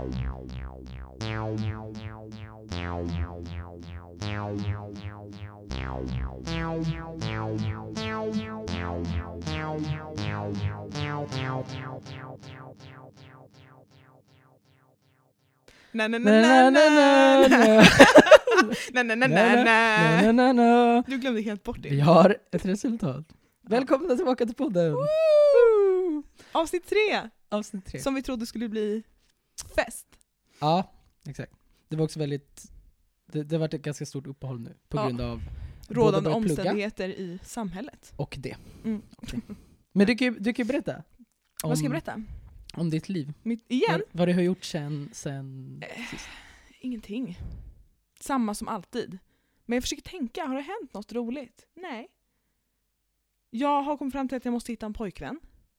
Du glömde helt bort det. Vi har ett resultat. Välkomna tillbaka till podden. Woo! Avsnitt 3. Avsnitt 3. Som vi trodde skulle bli fest. Ja, exakt. Det var också väldigt... Det har varit ett ganska stort uppehåll nu på grund av rådande omständigheter i samhället. Och det. Mm. Okay. Men du kan ju berätta. Vad ska jag berätta? Om ditt liv. Igen? Vad du har gjort sen sist. Ingenting. Samma som alltid. Men jag försöker tänka, har det hänt något roligt? Nej. Jag har kommit fram till att jag måste hitta en pojkvän.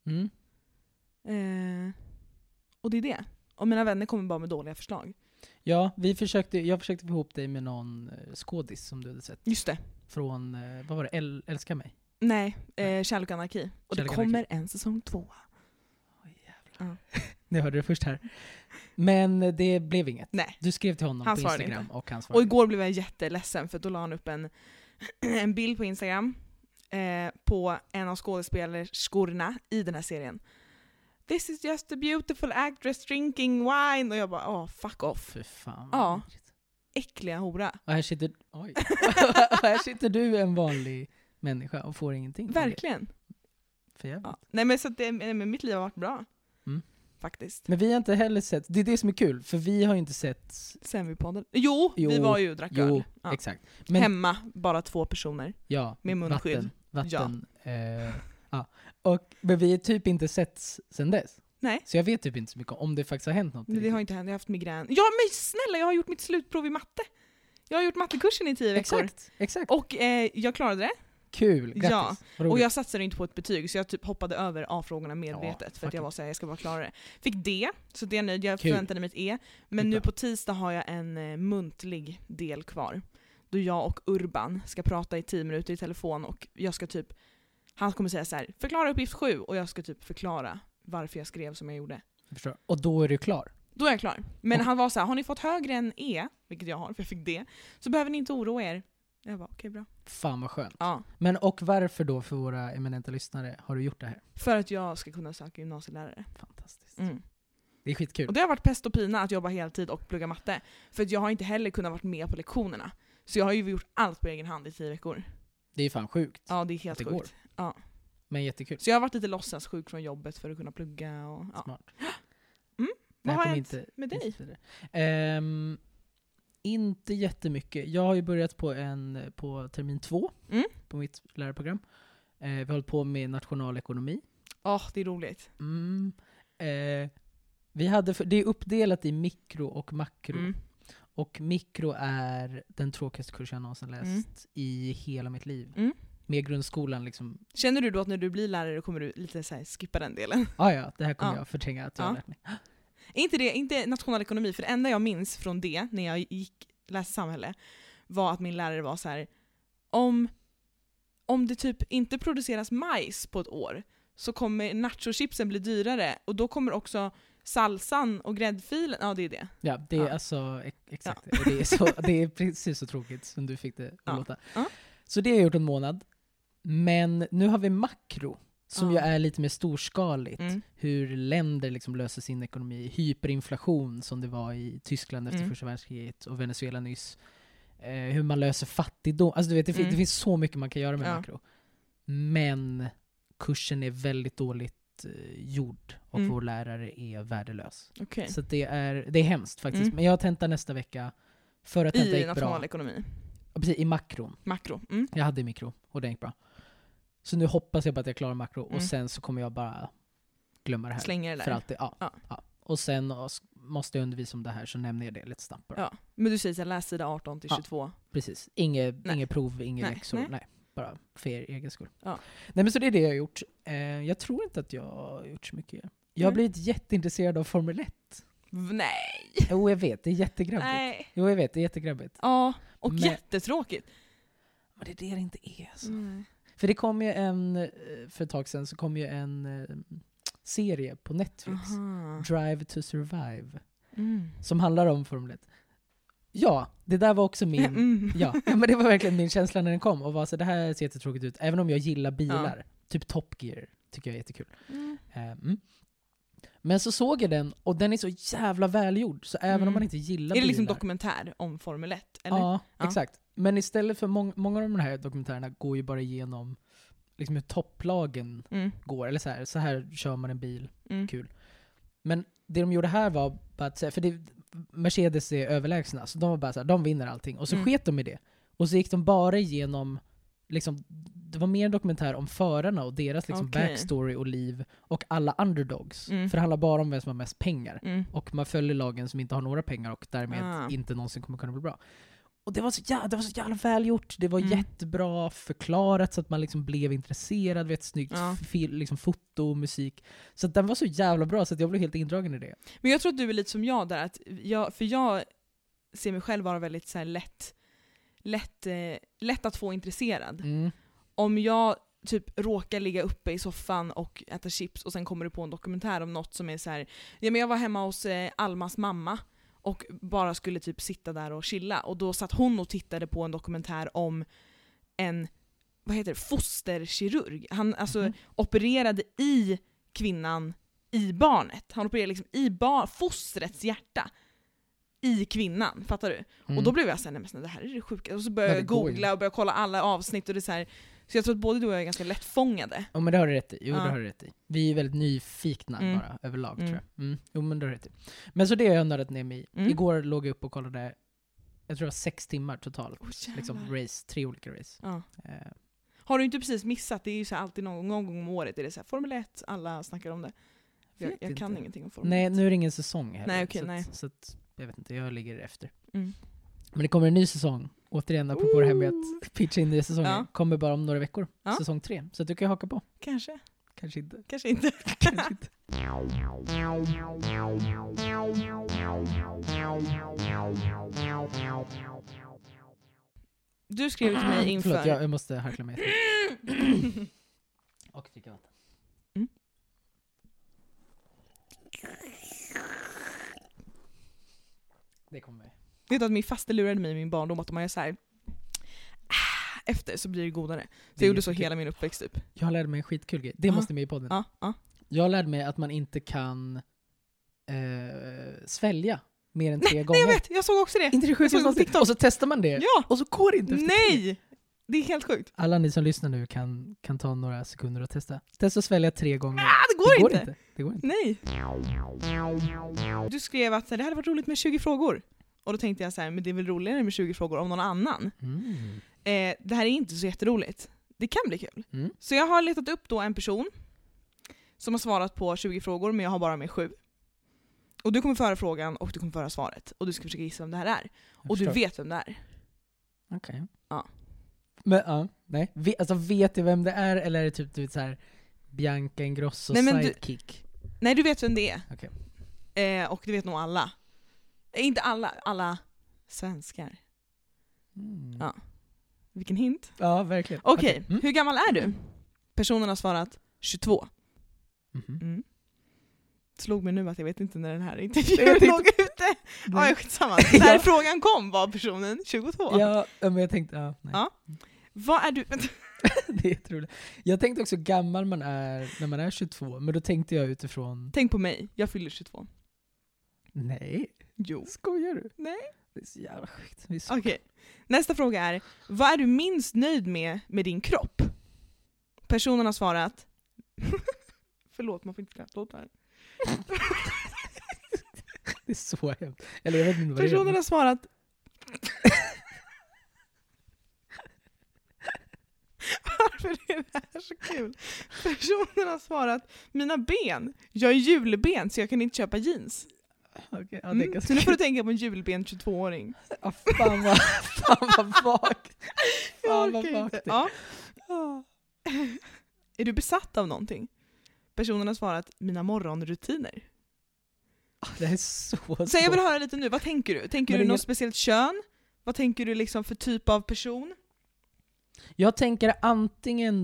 Och det är det. Och mina vänner kommer bara med dåliga förslag. Ja, jag försökte få ihop dig med någon skådis som du hade sett. Just det. Från, vad var det? Älska mig? Nej, Kärlek och anarki. Och det kommer en säsong 2. Ja. Nu hörde du först här. Men det blev inget. Nej. Du skrev till honom han på Instagram inte. Och han svarade. Och igår blev jag jätteledsen för då la han upp en bild på Instagram på en av skådespelerskorna i den här serien. This is just a beautiful actress drinking wine. Och jag bara, fuck off. För fan. Ja. Äckliga hora. Och här sitter du en vanlig människa och får ingenting. Verkligen. För jävligt. Ja. Nej men så att mitt liv har varit bra. Faktiskt. Men vi har inte heller sett, det är det som är kul, för vi har ju inte sett Semi-podden. Jo, vi var ju och drack öl. Ja. Exakt. Men, hemma, bara 2 personer. Ja, med munskydd. Vatten. Ja. Men vi har typ inte sett sen dess. Nej. Så jag vet typ inte så mycket om det faktiskt har hänt något. Men det har inte hänt, jag har haft migrän. Ja men snälla, jag har gjort mitt slutprov i matte. Jag har gjort mattekursen i 10 veckor. Exakt. Och jag klarade det. Kul, grattis. Ja, och jag satsade inte på ett betyg så jag typ hoppade över A-frågorna medvetet för att jag var så här, jag ska bara klara det. Fick D, så det är nöjd, jag förväntade mig ett E. Men nu på tisdag har jag en muntlig del kvar. Då jag och Urban ska prata i 10 minuter i telefon och jag ska typ, han kommer säga så här: förklara uppgift 7 och jag ska typ förklara varför jag skrev som jag gjorde. Jag förstår. Och då är du klar? Då är jag klar. Men han var så här: har ni fått högre än E, vilket jag har för jag fick D, så behöver ni inte oroa er. Jag bara, okej, bra. Fan vad skönt. Ja. Men och varför då för våra eminenta lyssnare har du gjort det här? För att jag ska kunna söka gymnasielärare. Fantastiskt. Det är skitkul. Och det har varit pest och pina att jobba heltid och plugga matte. För att jag har inte heller kunnat vara med på lektionerna. Så jag har ju gjort allt på egen hand i 10 veckor. Det är fan sjukt. Ja, det är helt sjukt. Går. Ja. Men jättekul. Så jag har varit lite låtsassjuk från jobbet för att kunna plugga. Och, ja. Smart. Vad har hänt med dig? Inte jättemycket. Jag har ju börjat på termin 2 på mitt lärarprogram. Vi har hållit på med nationalekonomi. Det är roligt. Det är uppdelat i mikro och makro. Och mikro är den tråkigaste kursen jag någonsin läst i hela mitt liv. Med grundskolan liksom. Känner du då att när du blir lärare kommer du lite så här skippa den delen? Ja, det här kommer jag förtränga att jag har lärt mig. Inte nationalekonomi, för det enda jag minns från det när jag läste samhälle var att min lärare var så här: om det typ inte produceras majs på ett år så kommer nachochipsen bli dyrare och då kommer också salsan och gräddfilen, det är det. Ja, det är alltså exakt. Ja. Det är precis så tråkigt som du fick det att låta. Så det har jag gjort en månad. Men nu har vi makro som ju är lite mer storskaligt. Hur länder liksom löser sin ekonomi. Hyperinflation som det var i Tyskland efter första världskriget och Venezuela nyss. Hur man löser fattigdom. Alltså du vet, det finns så mycket man kan göra med makro. Men kursen är väldigt dåligt gjord och vår lärare är värdelös. Okay. Så det är hemskt faktiskt. Men jag tentar nästa vecka för att tenta gick bra. I nationalekonomi? Precis, i makron. Makro. Jag hade mikro och det gick bra. Så nu hoppas jag på att jag klarar makro och sen så kommer jag bara glömma det här. Slänger det där. För alltid, ja. Och sen måste jag undervisa om det här så nämner jag det lite snabbt bara. Ja. Men du säger att läs sida 18-22. Precis. Inget prov, inga läxor. Nej. Bara för er egen skull. Ja. Nej, men så det är det jag har gjort. Jag tror inte att jag har gjort så mycket. Jag har blivit jätteintresserad av Formel 1. Nej! Jo, jag vet. Det är jättegrabbigt. Nej. Jo, jag vet. Det är jättegrabbigt. Ja, och jättetråkigt. Men det är det inte är. Alltså. För det kom ju för ett tag sedan så kom ju en serie på Netflix. Drive to Survive. som handlar om Formel 1. Ja, det där var också min... Ja, men det var verkligen min känsla när den kom. Och var så, det här ser jättetråkigt ut. Även om jag gillar bilar. Typ Top Gear tycker jag är jättekul. Men så såg jag den och den är så jävla välgjord. Så även om man inte gillar bilar... Är det liksom dokumentär om Formel 1? Eller? Ja, exakt. Men istället för många av de här dokumentärerna går ju bara igenom liksom hur topplagen går. Eller så här kör man en bil. Kul. Men det de gjorde här var bara att säga... För Mercedes är överlägsna. Så de var bara så här, de vinner allting. Och så sket de i det. Och så gick de bara igenom... Liksom, det var mer en dokumentär om förarna och deras liksom backstory och liv och alla underdogs. För det handlar bara om vem som har mest pengar. Och man följer lagen som inte har några pengar och därmed inte någonsin kommer kunna bli bra. Och det var så jävla välgjort. Det var jättebra förklarat så att man liksom blev intresserad. Vet, snyggt liksom foto och musik. Så att den var så jävla bra så att jag blev helt indragen i det. Men jag tror att du är lite som jag där. För jag ser mig själv vara väldigt så här lätt att få intresserad. Om jag typ råkar ligga uppe i soffan och äta chips och sen kommer det på en dokumentär om något som är så här, men jag var hemma hos Almas mamma och bara skulle typ sitta där och chilla och då satt hon och tittade på en dokumentär om en fosterkirurg. Han opererade i kvinnan i barnet. Han opererade liksom i fostrets hjärta. I kvinnan, fattar du? Och då blev jag såhär, nej men det här är det sjuka. Och så började jag googla och började kolla alla avsnitt och det är så här. Så jag tror att både du och jag är ganska lättfångade. Ja, men det har du rätt i. Jo, det har du rätt i. Vi är väldigt nyfikna bara överlag, tror jag. Jo, men det har du rätt i. Men så det har jag nördat ner mig i. Igår låg jag upp och kollade, jag tror det var 6 timmar totalt. Liksom 3 olika race. Har du inte precis missat? Det är ju så här alltid någon gång om året är det så här Formel 1, alla snackar om det. Jag kan ingenting om Formel 1. Nej, nu är det ingen säsong heller. Nej, okej, nej. Så att, jag vet inte, jag ligger efter. Men det kommer en ny säsong. Återigen, apropå det här med att pitcha in nya säsonger. Kommer bara om några veckor. Säsong 3. Så att du kan haka på. Kanske. Kanske inte. Kanske inte. Kanske inte. Du skrev till mig inför... Förlåt, jag måste harkla mig. Och dricka vatten. Det kommer med. Vet du att min faste lurade mig i min barndom att om man gör så här efter så blir det godare. Så jag gjorde så hela min uppväxt typ. Jag lärde mig en skitkul grej. Det måste med i podden. Jag lärde mig att man inte kan svälja mer än 3 gånger. Nej, jag vet. Jag såg också det. Inte det sjukt. Och så testar man det. Ja. Och så går det inte efter 3. Det är helt sjukt. Alla ni som lyssnar nu kan ta några sekunder och testa. Testa att svälja 3 gånger. Det går inte. Det går inte. Nej. Du skrev att det hade varit roligt med 20 frågor. Och då tänkte jag så här, men det är väl roligare med 20 frågor om någon annan. Det här är inte så jätteroligt. Det kan bli kul. Så jag har letat upp då en person som har svarat på 20 frågor, men jag har bara med 7. Och du kommer föra frågan och du kommer föra svaret. Och du ska försöka gissa vem det här är. Och du vet vem det är. Okej. Ja. Men nej. Vet jag vem det är eller är det typ du vet så här Bianca Ingrosso sidekick? Nej, du vet vem det är. Okay. Och det vet nog alla. Inte alla svenskar. Ja. Vilken hint? Ja, verkligen. Okej. Hur gammal är du? Personen har svarat 22. Slog mig nu att jag vet inte när den här intervjun låg ute. Ja, skitsamma. När frågan kom var personen 22. Ja, men jag tänkte, nej. Ja. Vad är du? Det är jätteroligt. Jag tänkte också gammal man är när man är 22, men då tänkte jag utifrån... Tänk på mig, jag fyller 22. Nej. Jo. Skojar du? Nej. Det är så jävla sjukt. Okej. Nästa fråga är, vad är du minst nöjd med din kropp? Personen har svarat... Förlåt, man får inte skratta åt det här. Det är så hemskt. Eller jag vet inte vad personen har svarat... Varför är det här så kul? Personen har svarat, mina ben. Jag är julben så jag kan inte köpa jeans. Okay, ja, det så nu får du tänka på en julben 22-åring. Ja, fan vad vagt. Fan vad vagt. Ja. Är du besatt av någonting? Personen har svarat, mina morgonrutiner. Det är så svårt. Så jag vill höra lite nu, vad tänker du? Tänker du något speciellt kön? Vad tänker du liksom för typ av person? Jag tänker antingen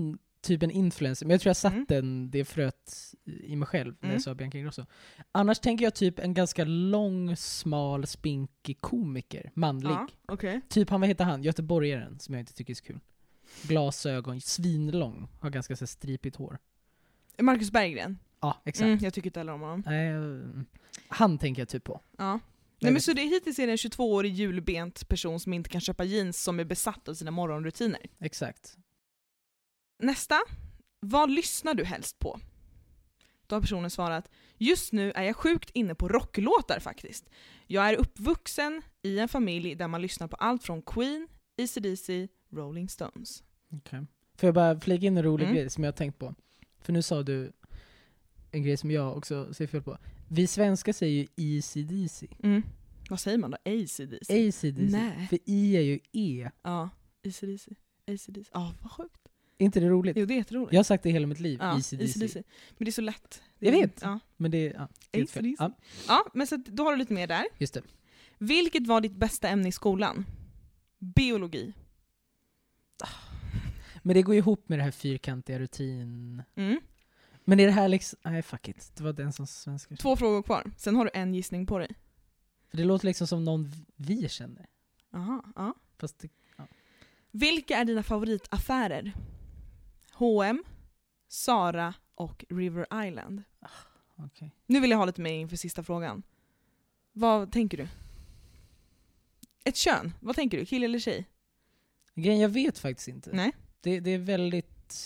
typ en influencer. Men jag tror jag satt det fröt i mig själv när jag sa Bianca Ingrosso. Annars tänker jag typ en ganska lång, smal, spinkig komiker. Manlig. Ja, okay. Typ vad heter han? Göteborgaren, som jag inte tycker är så kul. Glasögon, svinlång. Har ganska så stripigt hår. Marcus Berggren? Ja, exakt. Jag tycker inte heller om honom. Han tänker jag typ på. Ja. Nej, men så det hittills är det en 22-årig julbent person som inte kan köpa jeans som är besatt av sina morgonrutiner. Exakt. Nästa. Vad lyssnar du helst på? Då har personen svarat: just nu är jag sjukt inne på rocklåtar faktiskt. Jag är uppvuxen i en familj där man lyssnar på allt från Queen, AC/DC, Rolling Stones. Okay. Får jag bara flika in en rolig grej som jag har tänkt på? För nu sa du en grej som jag också ser fel på. Vi svenskar säger ju AC/DC. Vad säger man då? AC/DC? AC/DC. Nej. För I är ju E. Ja, AC/DC. AC/DC. Ja, vad sjukt. Är inte det roligt? Jo, det är jätteroligt. Jag har sagt det hela mitt liv. Ja, AC/DC. Men det är så lätt. Jag vet. Ja. Men det är helt fel. Ja, men så då har du lite mer där. Just det. Vilket var ditt bästa ämne i skolan? Biologi. Men det går ju ihop med det här fyrkantiga rutin. Men är det här liksom... Nej, fuck it. Det var den som svenskar. 2 frågor kvar. Sen har du en gissning på dig. För det låter liksom som någon vi känner. Aha, ja. Fast det, ja. Vilka är dina favoritaffärer? H&M, Zara och River Island. Okay. Nu vill jag ha lite mer inför sista frågan. Vad tänker du? Ett kön. Vad tänker du? Kille eller tjej? Grejen, jag vet faktiskt inte. Nej. Det är väldigt...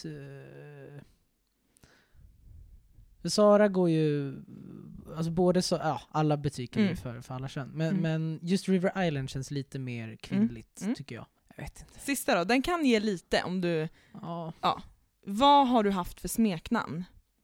Zara går ju... Alltså både så... Ja, alla butiker är för alla kön. Men just River Island känns lite mer kvinnligt, tycker jag. Jag vet inte. Sista då. Den kan ge lite om du... Ja. Vad har du haft för smeknamn?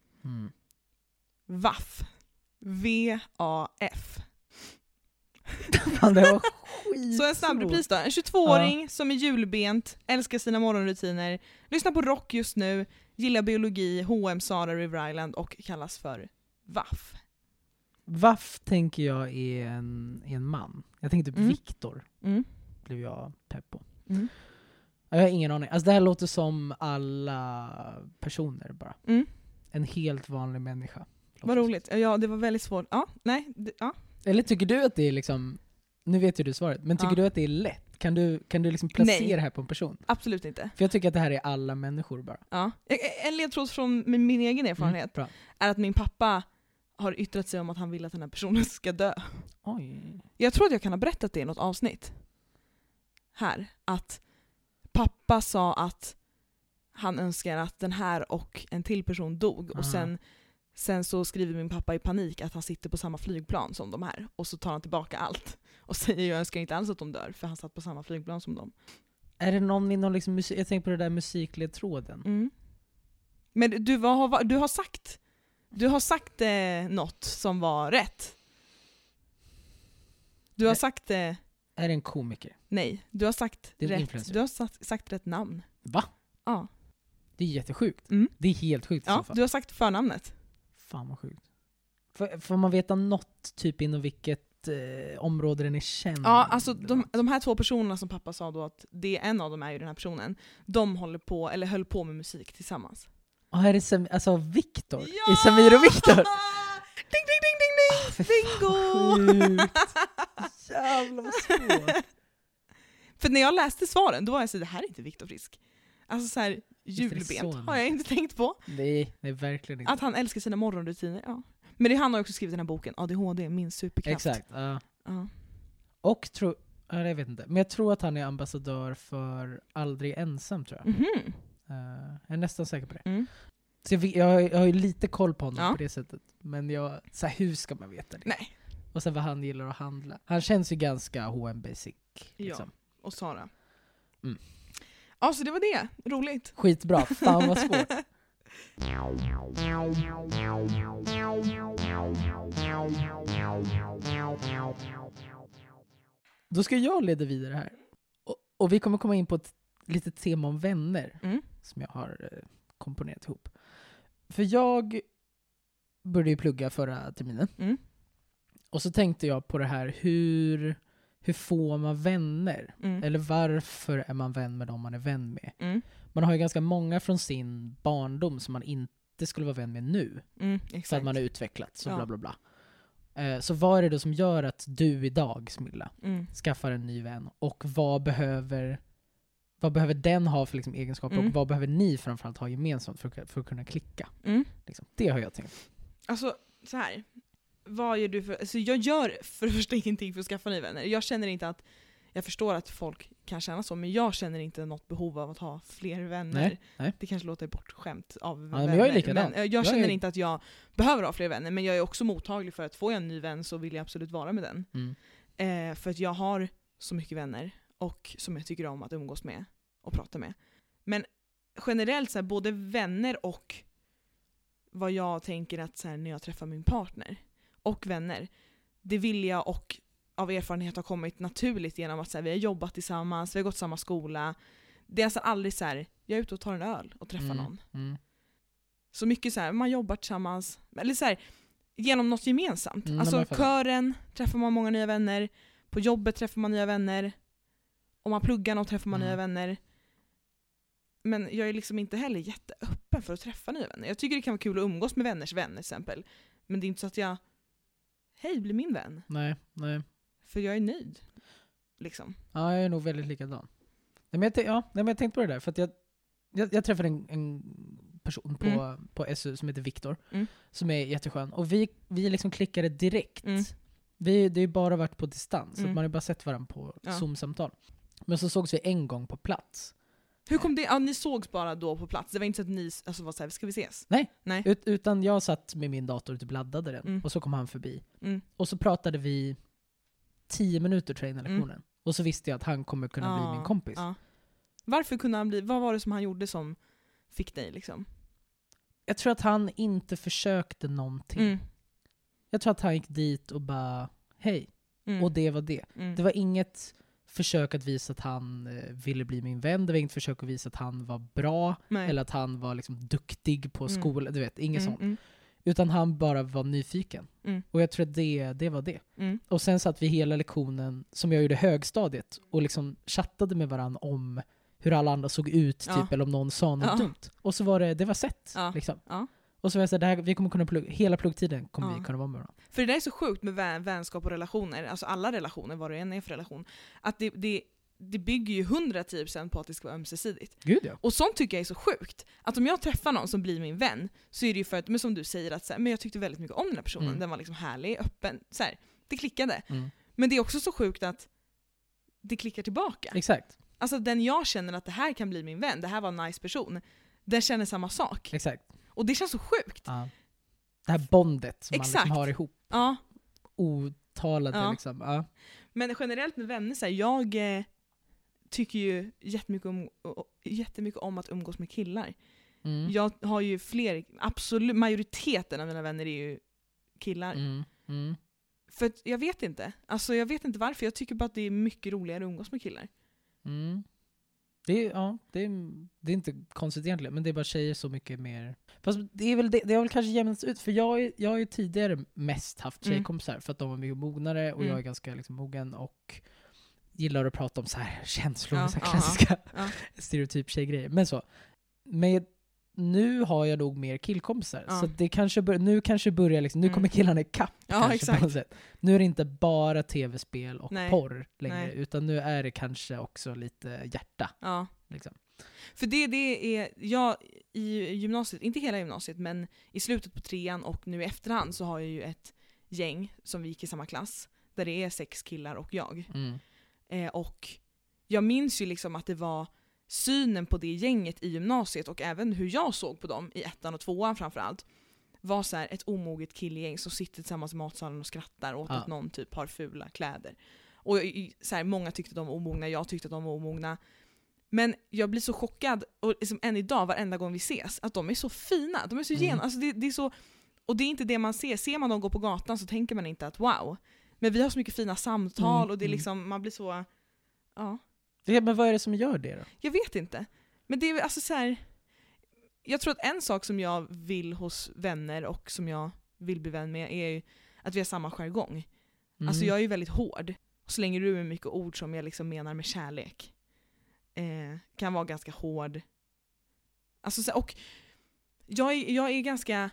VAF. V-A-F. Fan, det var skit. Så en snabb repris då. En 22-åring som är julbent, älskar sina morgonrutiner, lyssnar på rock just nu, gillar biologi, H&M, Zara, River Island och kallas för VAF. VAF tänker jag är en man. Jag tänkte typ Viktor. Blev jag pepp på. Jag har ingen aning. Alltså det här låter som alla personer bara. En helt vanlig människa. Vad roligt. Ja, det var väldigt svårt. Ja, nej. Ja. Eller tycker du att det är liksom... Nu vet ju du svaret. Men tycker du att det är lätt? Kan du liksom placera det här på en person? Absolut inte. För jag tycker att det här är alla människor bara. Ja. En ledtråd från min egen erfarenhet är att min pappa har yttrat sig om att han vill att den här personen ska dö. Oj. Jag tror att jag kan ha berättat det i något avsnitt. Här. Att pappa sa att han önskar att den här och en till person dog. Och sen så skriver min pappa i panik att han sitter på samma flygplan som de här. Och så tar han tillbaka allt. Och säger jag önskar inte alls att de dör. För han satt på samma flygplan som dem. Är det någon i någon liksom jag tänker på det där musikledtråden. Men du har sagt något som var rätt. Du har sagt... Är det en komiker? Nej, du har sagt det är rätt. Influencer. Du har sagt rätt namn. Va? Ja. Det är jättesjukt. Det är helt sjukt. Ja, du har sagt förnamnet. Fan vad sjukt. Får man veta något typ inom vilket område den är känd? Ja, alltså de här 2 personerna som pappa sa då att en av dem är ju den här personen. De höll på med musik tillsammans. Ja, är det alltså Viktor? Ja! Är Samir och Viktor? Ding, ding, ding, ding, ding! Bingo! Jävlar vad svårt. För när jag läste svaren, då var jag så det här är inte Viktor Frisk. Alltså så här, julbent har jag inte tänkt på. Nej, verkligen inte. Att han älskar sina morgonrutiner, ja. Men han har också skrivit den här boken, ADHD, min superkraft. Exakt, Och jag vet inte. Men jag tror att han är ambassadör för Aldrig ensam, tror jag. Jag är nästan säker på det. Så jag har ju lite koll på honom på det sättet. Men så här, hur ska man veta det? Nej. Och sen vad han gillar att handla. Han känns ju ganska H&M basic. Liksom. Ja, och Zara. Ja, så det var det. Roligt. Skitbra. Fan vad svårt. Då ska jag leda vidare här. Och vi kommer komma in på ett litet tema om vänner. Som jag har komponerat ihop. För jag började ju plugga förra terminen. Och så tänkte jag på det här, hur får man vänner? Eller varför är man vän med dem man är vän med? Man har ju ganska många från sin barndom som man inte skulle vara vän med nu. För att man har utvecklats och bla bla bla. Så vad är det då som gör att du idag, Smilla, skaffar en ny vän? Och vad behöver den ha för liksom egenskaper? Och vad behöver ni framförallt ha gemensamt för att kunna klicka? Liksom. Det har jag tänkt. Alltså, så här. Vad gör du för... Alltså, jag gör för det första ingenting för att skaffa nya vänner. Jag känner inte att... Jag förstår att folk kan känna så, men jag känner inte något behov av att ha fler vänner. Nej. Det kanske låter bortskämt av vänner. Men jag är likadan. Men jag känner inte att jag behöver ha fler vänner, men jag är också mottaglig för att få en ny vän så vill jag absolut vara med den. För att jag har så mycket vänner och som jag tycker om att umgås med och prata med. Men generellt så här, både vänner och vad jag tänker att så här, när jag träffar min partner och vänner, det vill jag och av erfarenhet har kommit naturligt genom att så här, vi har jobbat tillsammans, vi har gått samma skola. Det är alltså aldrig så här, jag är ute och tar en öl och träffar någon. Så mycket så här, man jobbar tillsammans, eller så här, genom något gemensamt. Alltså kören träffar man många nya vänner, på jobbet träffar man nya vänner, om man pluggar något träffar man nya vänner. Men jag är liksom inte heller jätteöppen för att träffa nya vänner. Jag tycker det kan vara kul att umgås med vänners vänner till exempel. Men det är inte så att jag, hej, bli min vän. Nej. För jag är nöjd. Liksom. Ja, jag är nog väldigt likadan. Men jag tänkte på det där. För att jag träffade en person på SU som heter Viktor. Som är jätteskön. Och vi liksom klickade direkt. Det har bara varit på distans. Så att man har bara sett varandra på Zoom-samtal. Men så sågs vi en gång på plats. Hur kom det? Ja, ni sågs bara då på plats. Det var inte så att ni var så här, ska vi ses? Nej. Utan jag satt med min dator och typ laddade den. Och så kom han förbi. Och så pratade vi 10 minuter tror jag innan lektionen. Och så visste jag att han kommer kunna bli min kompis. Varför kunde han bli? Vad var det som han gjorde som fick dig liksom? Jag tror att han inte försökte någonting. Jag tror att han gick dit och bara hej. Och det var det. Det var inget försök att visa att han ville bli min vän. Det var inget försök att visa att han var bra. Nej. Eller att han var liksom duktig på skolan. Du vet, inget sånt. Utan han bara var nyfiken. Och jag tror att det var det. Och sen satt vi hela lektionen, som jag gjorde högstadiet, och liksom chattade med varandra om hur alla andra såg ut, typ, eller om någon sa något dumt. Och så var det var sett. Liksom. Och så var jag så här, vi kommer kunna hela pluggtiden kommer vi kunna vara med varandra. För det där är så sjukt med vänskap och relationer, alltså alla relationer, vad det än är för relation, att det bygger ju 110% på att det ska vara ömsesidigt. Gud, ja. Och sånt tycker jag är så sjukt. Att om jag träffar någon som blir min vän, så är det ju för att, men som du säger, att så här, men jag tyckte väldigt mycket om den här personen. Den var liksom härlig, öppen, så här, det klickade. Men det är också så sjukt att det klickar tillbaka. Exakt. Alltså den jag känner att det här kan bli min vän, det här var en nice person, den känner samma sak. Exakt. Och det känns så sjukt. Ja. Det här bondet som man liksom har ihop. Ja. Otalade liksom. Ja. Men generellt med vänner, så här, jag tycker ju jättemycket om att umgås med killar. Jag har ju absolut majoriteten av mina vänner är ju killar. För att, jag vet inte. Alltså jag vet inte varför. Jag tycker bara att det är mycket roligare att umgås med killar. Det är inte konstigt egentligen, men det är bara tjejer så mycket mer. Fast det har väl kanske jämnats ut, för jag har ju tidigare mest haft tjejkompisar för att de var mycket mognare och jag är ganska liksom mogen och gillar att prata om så här känslor, så här klassiska stereotyp tjejgrejer. Men så. Men nu har jag nog mer killkompisar. Så det kanske börjar liksom, nu kommer killarna ikapp kanske på något sätt. Nu är det inte bara tv-spel och porr längre, utan nu är det kanske också lite hjärta. Ja. Liksom. För det är jag i gymnasiet, inte hela gymnasiet, men i slutet på 3:an och nu i efterhand så har jag ju ett gäng som vi gick i samma klass, där det är 6 killar och jag. Och jag minns ju liksom att det var synen på det gänget i gymnasiet och även hur jag såg på dem i 1:an och 2:an framförallt var så här ett omoget killgäng som sitter tillsammans i matsalen och skrattar åt att någon typ har fula kläder. Och så här, många tyckte att de var omogna, jag tyckte att de var omogna. Men jag blir så chockad, och liksom än idag, varenda gång vi ses, att de är så fina. De är så alltså det är så, och det är inte det man ser. Ser man dem gå på gatan så tänker man inte att wow. Men vi har så mycket fina samtal och det är liksom, man blir så, ja. Men vad är det som gör det då? Jag vet inte. Men det är alltså så här, jag tror att en sak som jag vill hos vänner och som jag vill bli vän med är ju att vi har samma jargong. Alltså jag är ju väldigt hård. slänger du med mycket ord som jag liksom menar med kärlek. Kan vara ganska hård. Alltså, och jag är ganska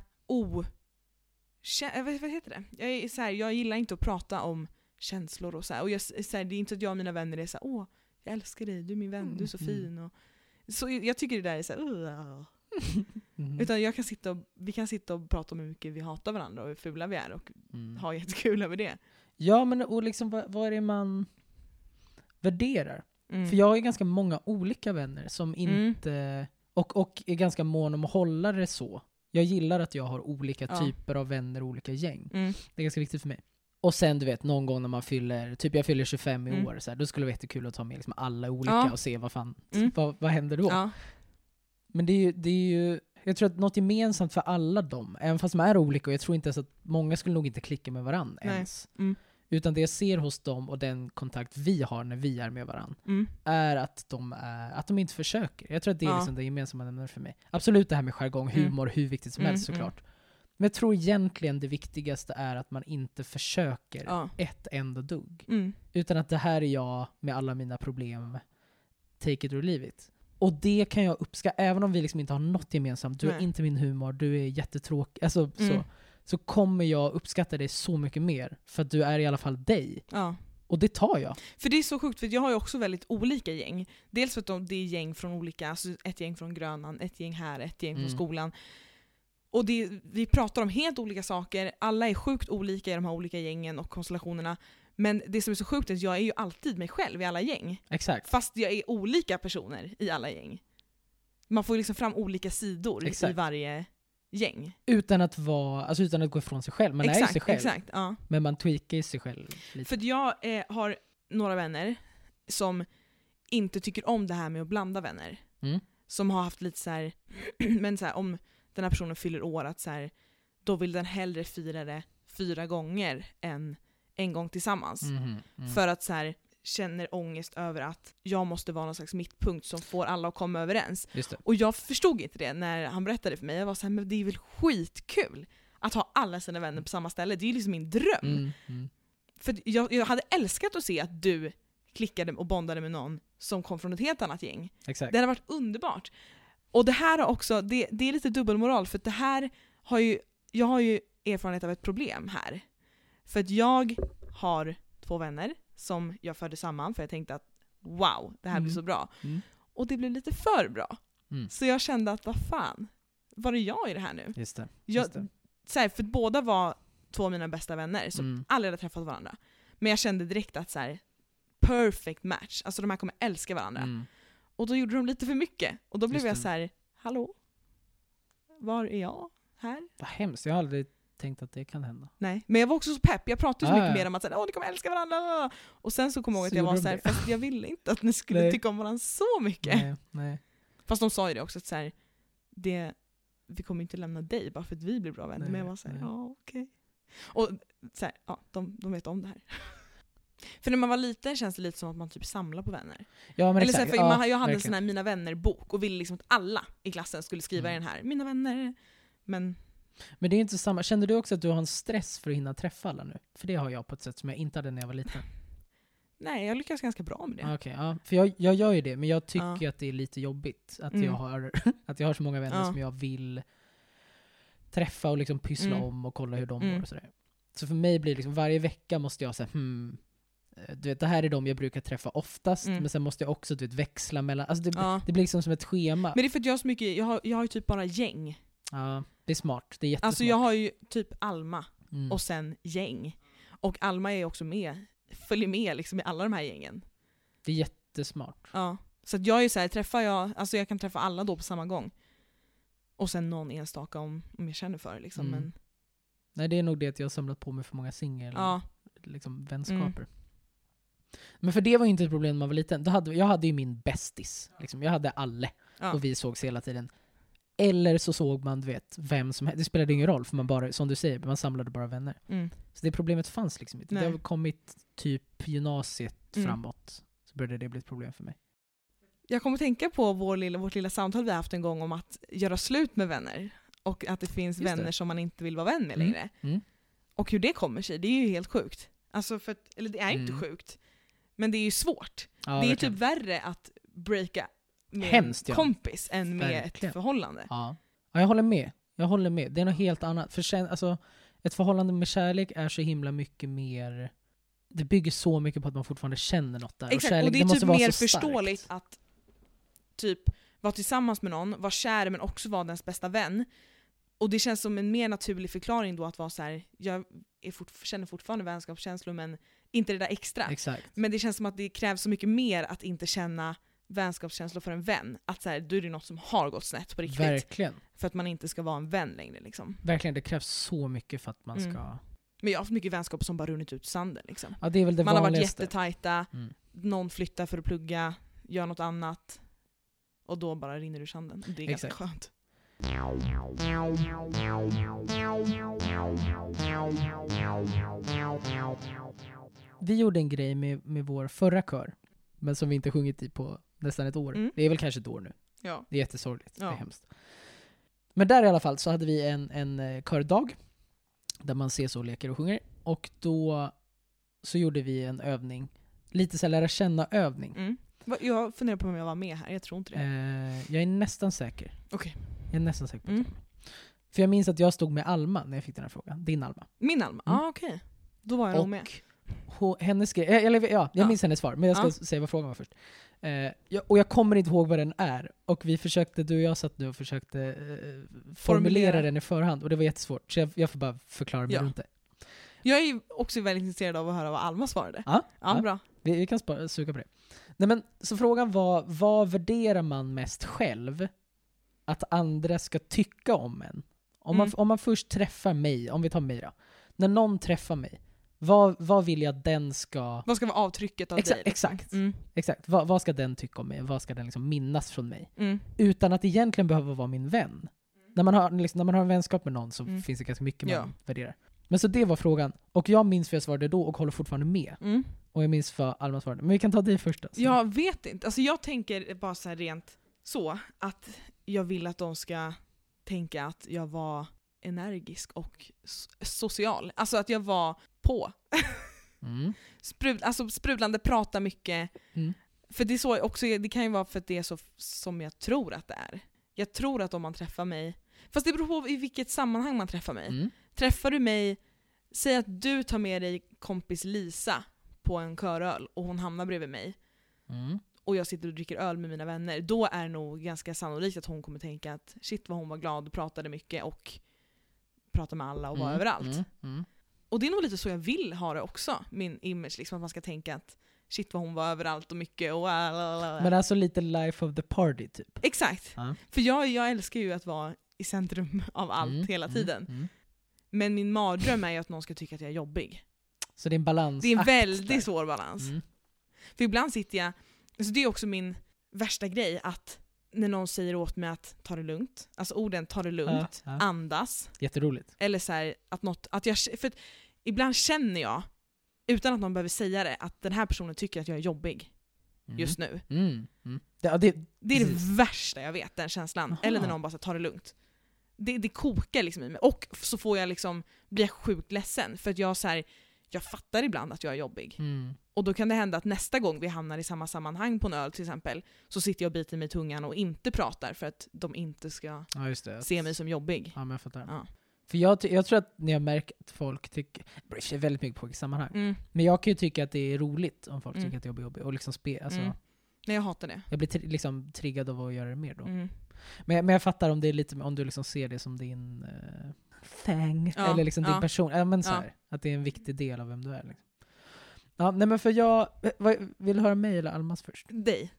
vad heter det? Jag gillar inte att prata om känslor och så här. Och det är inte att jag och mina vänner är så här, åh, jag älskar dig, du är min vän, du är så fin. Och, så jag tycker det där är så här, utan vi kan sitta och prata om hur mycket vi hatar varandra och hur fula vi är och ha jättekul över det. Ja, men och liksom, vad är det man värderar? För jag har ju ganska många olika vänner som inte... Och är ganska mån om att hålla det så. Jag gillar att jag har olika typer av vänner och olika gäng. Det är ganska viktigt för mig. Och sen, du vet, någon gång när man jag fyller 25 i år, så här, då skulle det vara jättekul att ta med liksom alla olika och se vad händer då. Ja. Men det är ju, jag tror att något gemensamt för alla dem, även fast de är olika, och jag tror inte ens att många skulle nog inte klicka med varandra ens. Utan det jag ser hos dem och den kontakt vi har när vi är med varandra är att de inte försöker. Jag tror att det är liksom det gemensamma nämnaren för mig. Absolut det här med jargong, humor, hur viktigt som helst såklart. Men jag tror egentligen det viktigaste är att man inte försöker ett enda dugg. Utan att det här är jag med alla mina problem. Take it or leave it. Och det kan jag uppskatta, även om vi liksom inte har något gemensamt. Du har inte min humor, du är jättetråkig. Alltså, så kommer jag uppskatta dig så mycket mer. För att du är i alla fall dig. Ja. Och det tar jag. För det är så sjukt, för jag har ju också väldigt olika gäng. Dels för att det är gäng från olika, alltså ett gäng från Grönan, ett gäng här, ett gäng från skolan. Och vi pratar om helt olika saker. Alla är sjukt olika i de här olika gängen och konstellationerna. Men det som är så sjukt är att jag är ju alltid mig själv i alla gäng. Exakt. Fast jag är olika personer i alla gäng. Man får ju liksom fram olika sidor i varje gäng. Utan att gå ifrån sig själv. Man är ju sig själv. Exakt, ja. Men man tweakar ju sig själv lite. För jag har några vänner som inte tycker om det här med att blanda vänner. Som har haft lite så här, men så här, om den här personen fyller år, att så här, då vill den hellre fira det 4 gånger än en gång tillsammans. För att så här, känner ångest över att jag måste vara någon slags mittpunkt som får alla att komma överens. Och jag förstod inte det när han berättade för mig. Jag var så här, men det är väl skitkul att ha alla sina vänner på samma ställe. Det är ju liksom min dröm. För jag hade älskat att se att du klickade och bondade med någon som kom från ett helt annat gäng. Exakt. Det hade varit underbart. Och det här har också, det är lite dubbelmoral, för att det här jag har ju erfarenhet av ett problem här. För att jag har 2 vänner som jag förde samman för jag tänkte att wow, det här blir så bra. Och det blev lite för bra. Så jag kände att vad fan, var är jag i det här nu? Just det. Så här, för båda var 2 av mina bästa vänner som aldrig hade träffat varandra. Men jag kände direkt att så här, perfect match. Alltså de här kommer älska varandra. Och då gjorde de lite för mycket. Och då blev jag så här, hallå? Var är jag här? Vad hemskt, jag har aldrig tänkt att det kan hända. Nej, men jag var också så pepp. Jag pratade så mycket med dem att ni kommer älska varandra. Och sen så kom jag ihåg att jag var så här, fast jag ville inte att ni skulle tycka om varandra så mycket. Nej. Fast de sa ju det också, att så här, vi kommer inte lämna dig bara för att vi blir bra vänner. Men jag var så här, ja okej. Och så här, ja, de vet om det här. För när man var liten känns det lite som att man typ samlar på vänner. Ja, men eller exakt. Så här, jag hade en sån här mina vänner-bok och ville liksom att alla i klassen skulle skriva i den här. Mina vänner. Men det är inte samma. Kände du också att du har en stress för att hinna träffa alla nu? För det har jag på ett sätt som jag inte hade när jag var liten. Nej, jag lyckas ganska bra med det. Okej, ja. För jag gör ju det, men jag tycker att det är lite jobbigt att jag har så många vänner som jag vill träffa och liksom pyssla om och kolla hur de mår och sådär. Så för mig blir det liksom varje vecka måste jag säga du vet, det här är de jag brukar träffa oftast, men sen måste jag också växla mellan, alltså det blir liksom som ett schema. Men det är för att jag har så mycket, jag har ju typ bara gäng. Ja, det är smart, det är jättesmart. Alltså jag har ju typ Alma och sen gäng. Och Alma är också följer med liksom i alla de här gängen. Det är jättesmart. Ja, så att jag är så här, alltså jag kan träffa alla då på samma gång. Och sen någon enstaka om jag känner för det liksom, men nej, det är nog det att jag har samlat på mig för många liksom vänskaper. Men för det var ju inte ett problem när man var liten. Jag hade ju min bästis. Liksom. Jag hade alla. Och vi sågs hela tiden. Eller så såg man, vem som helst. Det spelade ingen roll, för man bara, som du säger, man samlade bara vänner. Så det problemet fanns liksom inte. Det har kommit typ gymnasiet framåt. Så började det bli ett problem för mig. Jag kommer att tänka på vårt lilla samtal vi har haft en gång om att göra slut med vänner. Och att det finns vänner som man inte vill vara vän med längre. Och hur det kommer sig, det är ju helt sjukt. Alltså eller det är inte sjukt. Men det är ju svårt. Det är typ värre att breaka med en kompis än med ett förhållande. Ja, jag håller med. Det är något helt annat. För ett förhållande med kärlek är så himla mycket mer... Det bygger så mycket på att man fortfarande känner något där. Exakt, och, kärlek, och det är typ mer förståeligt att typ vara tillsammans med någon, vara kär men också vara dens bästa vän. Och det känns som en mer naturlig förklaring då att vara så här: jag känner fortfarande vänskapskänslor men inte det där extra. Exakt. Men det känns som att det krävs så mycket mer att inte känna vänskapskänslor för en vän. Att så här, då är det något som har gått snett på riktigt. Verkligen. För att man inte ska vara en vän längre liksom. Verkligen, det krävs så mycket för att man ska... Men jag har haft mycket vänskap som bara runnit ut sanden liksom. Ja, det är väl det man vanligaste. Har varit jättetajta, någon flyttar för att plugga, gör något annat och då bara rinner ur sanden. Det är ganska skönt. Vi gjorde en grej med vår förra kör, men som vi inte sjungit i på nästan ett år. Det är väl kanske ett år nu. Ja. Det är jättesorgligt, det är hemskt. Men där i alla fall så hade vi en kördag där man ses och leker och sjunger. Och då så gjorde vi en övning, lite så här lära känna övning. Jag funderar på om jag var med här, jag tror inte det. Jag är nästan säker. Okej. Jag är nästan säker på det. För jag minns att jag stod med Alma när jag fick den här frågan. Din Alma. Min Alma? Okej. Då var jag nog med. Hennes grej, jag minns hennes svar, men jag ska säga vad frågan var först. Och jag kommer inte ihåg vad den är. Och du och jag satt nu och försökte formulera den i förhand. Och det var jättesvårt, så jag får bara förklara mig runt det. Jag är också väldigt intresserad av att höra vad Alma svarade. Ja, bra. Vi kan suga på det. Nej, men, så frågan var, vad värderar man mest själv att andra ska tycka om en? Om man först träffar mig, om vi tar mig då. När någon träffar mig, vad vill jag den ska... Vad ska vara avtrycket av dig? Exakt. Vad ska den tycka om mig? Vad ska den liksom minnas från mig? Utan att egentligen behöva vara min vän. När man har en vänskap med någon så finns det ganska mycket man värderar. Men så det var frågan. Och jag minns vad jag svarade då och håller fortfarande med. Och jag minns vad Alma svarade. Men vi kan ta det först. Alltså. Jag vet inte. Alltså jag tänker bara så här rent så. Att jag vill att de ska tänka att jag var energisk och social. Alltså att jag var på. Sprudlande, prata mycket. För det är så också, det kan ju vara för att det är så som jag tror att det är. Jag tror att om man träffar mig, fast det beror på i vilket sammanhang man träffar mig. Träffar du mig, säg att du tar med dig kompis Lisa på en köröl och hon hamnar bredvid mig. Och jag sitter och dricker öl med mina vänner. Då är det nog ganska sannolikt att hon kommer tänka att shit vad hon var glad och pratade mycket och pratade med alla och var överallt. Och det är nog lite så jag vill ha det också. Min image, liksom att man ska tänka att shit vad hon var överallt och mycket och Men alltså lite life of the party typ. Exakt. För jag älskar ju att vara i centrum av allt hela tiden. Men min mardröm är ju att någon ska tycka att jag är jobbig. Så det är en balans. Det är en väldigt svår balans. För ibland sitter jag, alltså det är också min värsta grej, att när någon säger åt mig att ta det lugnt, alltså orden ta det lugnt, andas. Jätteroligt. Eller så här, för att ibland känner jag, utan att någon behöver säga det, att den här personen tycker att jag är jobbig just nu. Det är det värsta jag vet, den känslan. Eller när någon bara tar det lugnt. Det kokar liksom i mig. Och så får jag liksom bli sjukt ledsen. För att jag fattar ibland att jag är jobbig. Och då kan det hända att nästa gång vi hamnar i samma sammanhang på en öl till exempel, så sitter jag och biter mig i tungan och inte pratar för att de inte ska se mig som jobbig. Ja, men jag fattar. Ja. För jag tror att när jag märker att folk tycker, det bryr sig väldigt mycket på i sammanhang. Men jag kan ju tycka att det är roligt om folk tycker att jag är jobbig och liksom Nej, jag hatar det. Jag blir liksom triggad av att göra det mer då. Men jag fattar om det är lite, om du liksom ser det som din thing eller liksom din person, men så här, att det är en viktig del av vem du är liksom. Ja, nej men för vill du höra mig eller Almas först? Dig.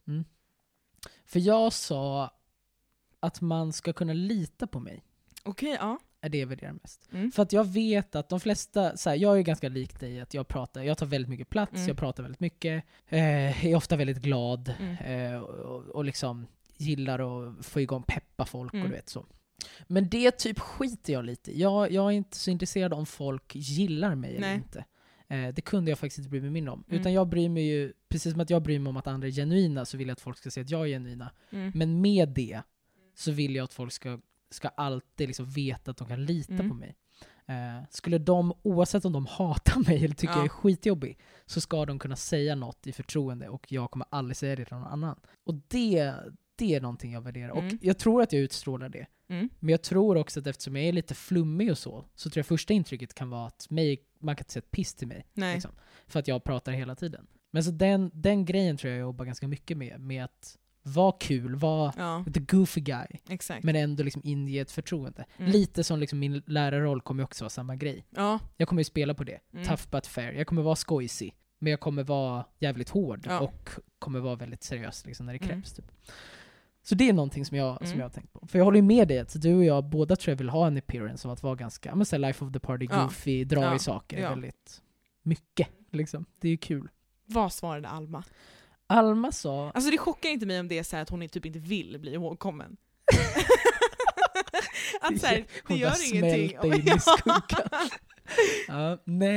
För jag sa att man ska kunna lita på mig. Okej, ja. Är det jag värderar mest. För att jag vet att de flesta, så här, jag är ganska lik dig, att jag tar väldigt mycket plats, jag pratar väldigt mycket, är ofta väldigt glad och liksom gillar att få igång, peppa folk och du vet så. Men det typ skiter jag lite. Jag är inte så intresserad om folk gillar mig eller inte. Det kunde jag faktiskt inte bry mig mindre om. Utan jag bryr mig ju, precis som att jag bryr mig om att andra är genuina, så vill jag att folk ska se att jag är genuina. Men med det så vill jag att folk ska alltid liksom veta att de kan lita på mig. Skulle de, oavsett om de hatar mig eller tycker jag är skitjobbig, så ska de kunna säga något i förtroende och jag kommer aldrig säga det till någon annan. Och det är någonting jag värderar. Och jag tror att jag utstrålar det. Men jag tror också att eftersom jag är lite flummig och så tror jag första intrycket kan vara att man kan inte säga ett piss till mig. Liksom, för att jag pratar hela tiden. Men så den grejen tror jag jobbar ganska mycket med att vara kul, vara the goofy guy. Exakt. Men ändå liksom inge ett förtroende. Lite som liksom min lärarroll kommer också vara samma grej. Jag kommer ju spela på det. Tough but fair. Jag kommer vara skojsig. Men jag kommer vara jävligt hård och kommer vara väldigt seriös liksom, när det krävs. Typ. Så det är någonting som jag har tänkt på. För jag håller ju med dig att du och jag båda tror jag vill ha en appearance av att vara ganska, men säga life of the party, goofy, dra i saker väldigt mycket. Liksom. Det är ju kul. Vad svarade Alma? Alma sa... Alltså det chockar inte mig om det är så här att hon typ inte vill bli ihågkommen. Att så här, det gör ingenting. In i skuggan.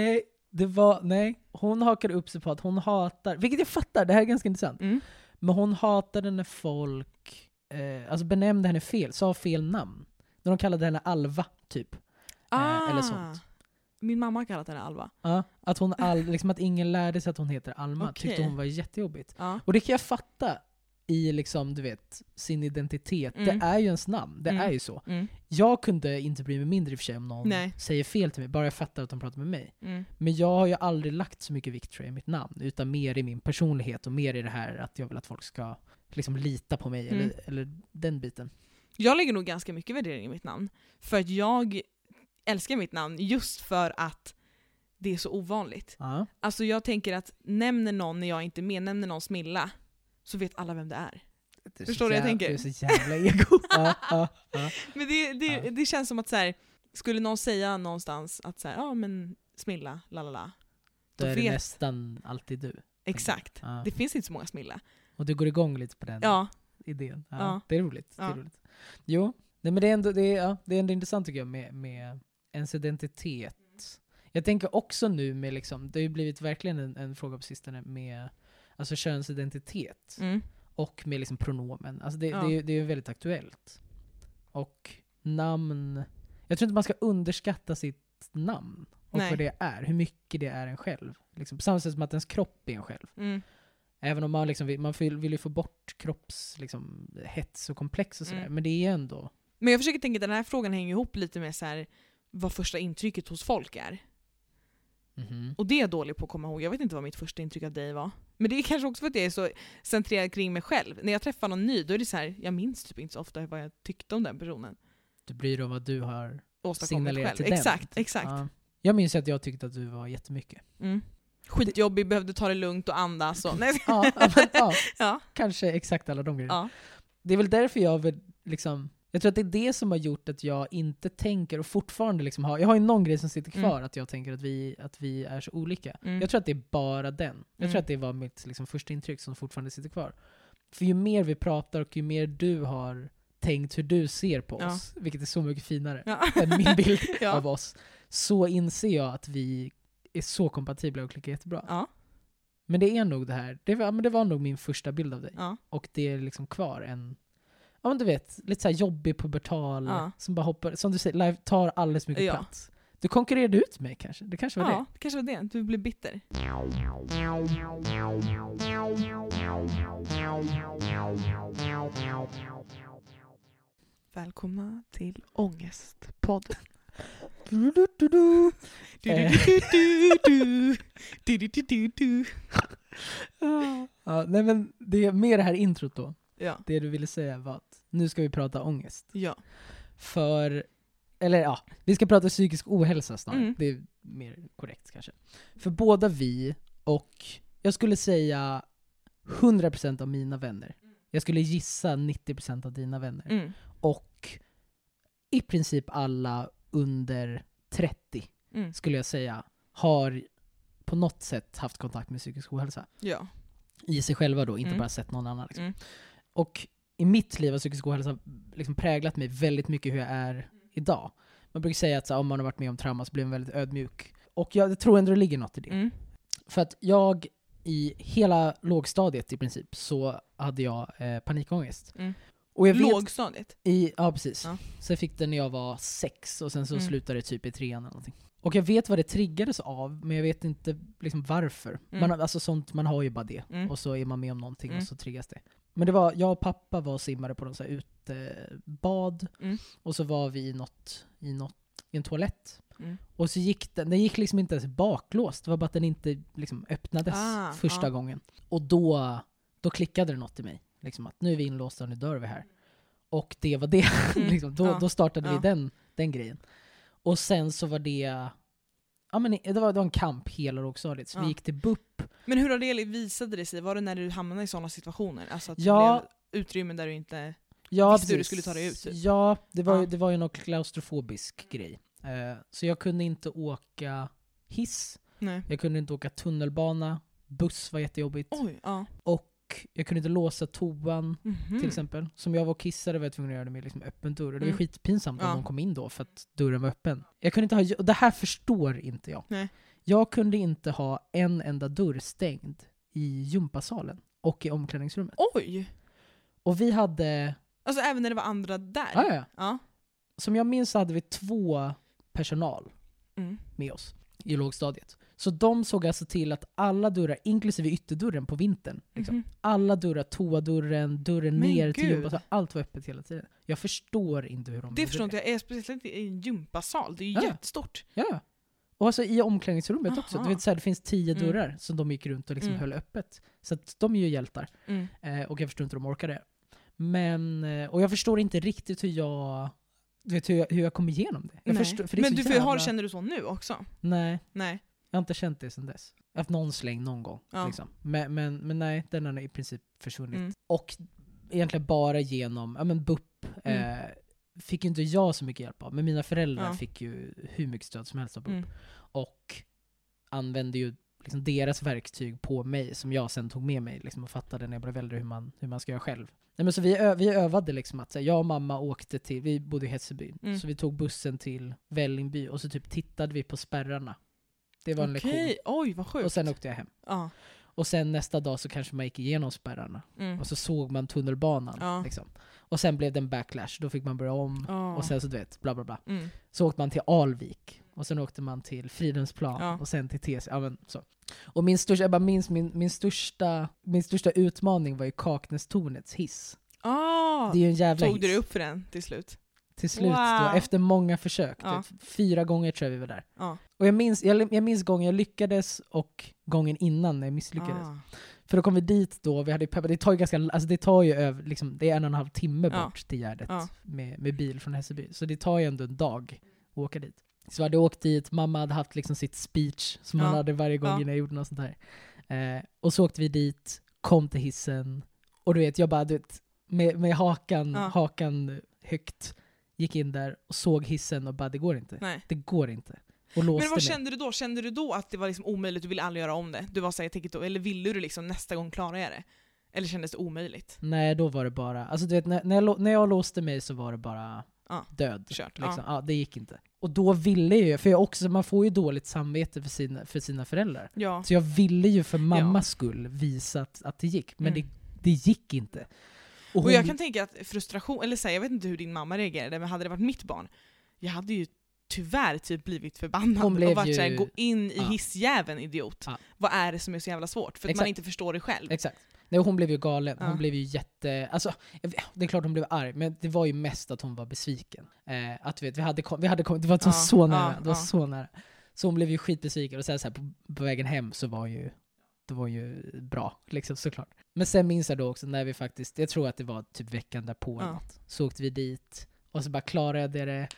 Nej, hon hakar upp sig på att hon hatar, vilket jag fattar, det här är ganska intressant. Men hon hatade när folk alltså benämnde henne fel, sa fel namn. När de kallade henne Alva, typ. Eller sånt. Min mamma har kallat henne Alva. Att hon liksom att ingen lärde sig att hon heter Alma. Tyckte hon var jättejobbigt. Och det kan jag fatta i liksom, du vet, sin identitet. Det är ju ens namn. Det är ju så. Jag kunde inte bry mig mindre i och för sig om någon säger fel till mig. Bara jag fattar att de pratar med mig. Men jag har ju aldrig lagt så mycket vikt tror jag, i mitt namn. Utan mer i min personlighet och mer i det här att jag vill att folk ska liksom lita på mig. Eller den biten. Jag lägger nog ganska mycket värdering i mitt namn. För att jag älskar mitt namn just för att det är så ovanligt. Alltså jag tänker att nämner någon när jag inte är med, nämner någon Smilla, så vet alla vem det är. Förstår du vad jag tänker? Det är så jävla ego. Men det känns som att så här, skulle någon säga någonstans att så här, men Smilla, lalala. Då är det nästan alltid du. Exakt. Det finns inte så många Smilla. Och du går igång lite på den idén. Det är roligt. Det är roligt. Jo, nej, men det är ändå intressant tycker jag med ens identitet. Jag tänker också nu med liksom, det har ju blivit verkligen en fråga på sistone med alltså könsidentitet och med liksom pronomen. Alltså det är ju väldigt aktuellt. Och namn, jag tror inte man ska underskatta sitt namn och vad det är, hur mycket det är en själv. Liksom, på samma sätt som att ens kropp är en själv. Även om man liksom man vill ju få bort kropps liksom, hets och komplex och sådär. Men det är ändå... Men jag försöker tänka att den här frågan hänger ihop lite med så här, vad första intrycket hos folk är. Och det är jag dålig på att komma ihåg. Jag vet inte vad mitt första intryck av dig var. Men det är kanske också för att jag är så centrerad kring mig själv. När jag träffar någon ny, då är det så här, jag minns typ inte så ofta vad jag tyckte om den personen. Du bryr dig om vad du har signalerat själv. Till exakt. Ja. Jag minns att jag tyckte att du var jättemycket. Skitjobbig, behövde ta det lugnt och andas. Och, kanske exakt alla de grejerna. Det är väl därför jag vill liksom... Jag tror att det är det som har gjort att jag inte tänker och fortfarande liksom jag har ju någon grej som sitter kvar att jag tänker att vi är så olika. Jag tror att det är bara den. Jag tror att det var mitt liksom första intryck som fortfarande sitter kvar. För ju mer vi pratar och ju mer du har tänkt hur du ser på oss, vilket är så mycket finare än min bild av oss, så inser jag att vi är så kompatibla och klickar jättebra. Men det är nog det här. Det var nog min första bild av dig. Och det är liksom kvar en... Ja, men du vet, lite så här jobbig pubertal som bara hoppar, som du säger, live tar alldeles mycket plats. Du konkurrerade ut mig kanske. Det kanske var det. Det kanske var det. Du blev bitter. Välkomna till Ångestpodden. Nej men det är mer det här introt då. Det du ville säga var att nu ska vi prata ångest. Vi ska prata psykisk ohälsa snarare. Det är mer korrekt kanske. För båda vi och jag skulle säga 100% av mina vänner. Jag skulle gissa 90% av dina vänner. Och i princip alla under 30 skulle jag säga har på något sätt haft kontakt med psykisk ohälsa. I sig själva då, inte bara sett någon annan liksom. Och i mitt liv har psykisk ohälsa liksom präglat mig väldigt mycket hur jag är idag. Man brukar säga att om man har varit med om trauma så blir man väldigt ödmjuk. Och jag tror ändå det ligger något i det. För att jag i hela lågstadiet i princip så hade jag panikångest. Och jag vet, lågstadiet? Ja, precis. Ja. Så jag fick det när jag var 6 och sen så slutade det typ i 3 eller någonting. Och jag vet vad det triggades av, men jag vet inte liksom varför. Alltså sånt, man har ju bara det. Och så är man med om någonting och så triggas det. Men det var, jag och pappa var och simmade på någon så här utebad. Och så var vi i en toalett. Och så gick den gick liksom inte ens baklåst. Det var bara att den inte liksom öppnades första gången. Och då klickade det något i mig. Liksom att nu är vi inlåsta och nu dör vi här. Och det var det. Liksom, då startade vi den grejen. Och sen så var det... Ja, men det var en kamp hela lågstadiet. Så vi gick till BUP. Men hur har det visade det sig? Var det när du hamnade i sådana situationer? Alltså att det blev utrymmen där du inte visste hur du skulle ta dig ut? Ja, det var ju någon klaustrofobisk grej. Så jag kunde inte åka hiss. Nej. Jag kunde inte åka tunnelbana. Buss var jättejobbigt. Oj, ja. Och jag kunde inte låsa toan till exempel. Som jag var kissare var jag tvungen att göra det med liksom öppen dörr. Och det var skitpinsamt om de kom in då för att dörren var öppen. Jag kunde inte ha... Och det här förstår inte jag. Nej. Jag kunde inte ha en enda dörr stängd i gympasalen och i omklädningsrummet. Oj! Och vi hade... Alltså även när det var andra där? Ja. Som jag minns så hade vi 2 personal med oss i lågstadiet. Så de såg alltså till att alla dörrar, inklusive ytterdörren på vintern, liksom, alla dörrar, toadörren, dörren ner till gympasalen, allt var öppet hela tiden. Jag förstår inte hur de... Det förstår inte jag, är speciellt i en gympasal, det är ju jättestort. Ja, och alltså i omklädningsrummet också. Du vet, så här, det finns 10 dörrar som de gick runt och liksom höll öppet. Så att de är ju hjältar. Och jag förstår inte hur de orkar det. Men, och jag förstår inte riktigt hur jag... Du vet hur jag kom igenom det. Jag förstår, för det men känner du så nu också? Nej. Jag har inte känt det sedan dess. Jag har haft någon släng någon gång. Ja. Liksom. Men nej, den har i princip försvunnit. Och egentligen bara genom BUP fick inte jag så mycket hjälp av. Men mina föräldrar fick ju hur mycket stöd som helst av BUP. Och använde ju liksom deras verktyg på mig som jag sen tog med mig liksom, och fattade när jag blev äldre hur man ska göra själv. Nej, men så vi övade liksom att jag och mamma åkte till, vi bodde i Hässelby, så vi tog bussen till Vällingby och så typ tittade vi på spärrarna. Det var en lektion. Oj, vad sjukt. Och sen åkte jag hem. Och sen nästa dag så kanske man gick igenom spärrarna. Och så såg man tunnelbanan. Liksom. Och sen blev det en backlash. Då fick man börja om. Och sen så du vet, bla bla bla. Så åkte man till Alvik. Och sen åkte man till Fridhemsplan. Och sen till TC. Ja, men så. Och jag bara minns min största utmaning var ju Kaknästornets hiss. Det är ju en jävla Tog du upp för den till slut? Till slut då, efter många försök. 4 gånger tror jag vi var där. Och jag minns gången jag lyckades och gången innan när jag misslyckades. För då kom vi dit då, vi hade peppat, det tar ju över, liksom, det är 1,5 timme bort till Gärdet med bil från Hässelby. Så det tar ju ändå en dag att åka dit. Så jag hade åkt dit, mamma hade haft liksom sitt speech som han hade varje gång innan jag gjorde något sånt där. Och så åkte vi dit, kom till hissen och du vet, jag bara med hakan högt gick in där och såg hissen och bara, det går inte. Nej. Det går inte. Och låste. Men vad kände du då? Kände du då att det var liksom omöjligt, du ville aldrig göra om det? Du var såhär, eller ville du liksom nästa gång klara jag det? Eller kändes det omöjligt? Nej, då var det bara, alltså du vet, när jag låste mig så var det bara död. Kört. Liksom. Det gick inte. Och då ville jag ju, för man får ju dåligt samvete för sina föräldrar. Ja. Så jag ville ju för mammas skull visa att det gick. Men det gick inte. Och jag kan tänka att frustration, eller säga, jag vet inte hur din mamma reagerade, men hade det varit mitt barn, jag hade ju tyvärr typ blivit förbannad och varit såhär, gå in i hissjäveln, idiot. Vad är det som är så jävla svårt? För att man inte förstår det själv. Exakt. Nej, hon blev ju galen. Hon blev ju alltså, det är klart hon blev arg, men det var ju mest att hon var besviken. Att vi hade kommit, det var så nära. Det var så nära. Så hon blev ju skitbesviken och sen så här, på vägen hem så det var ju bra, liksom, såklart. Men sen minns jag då också när vi faktiskt, jag tror att det var typ veckan därpå eller något, så åkte vi dit och så bara klarade jag det.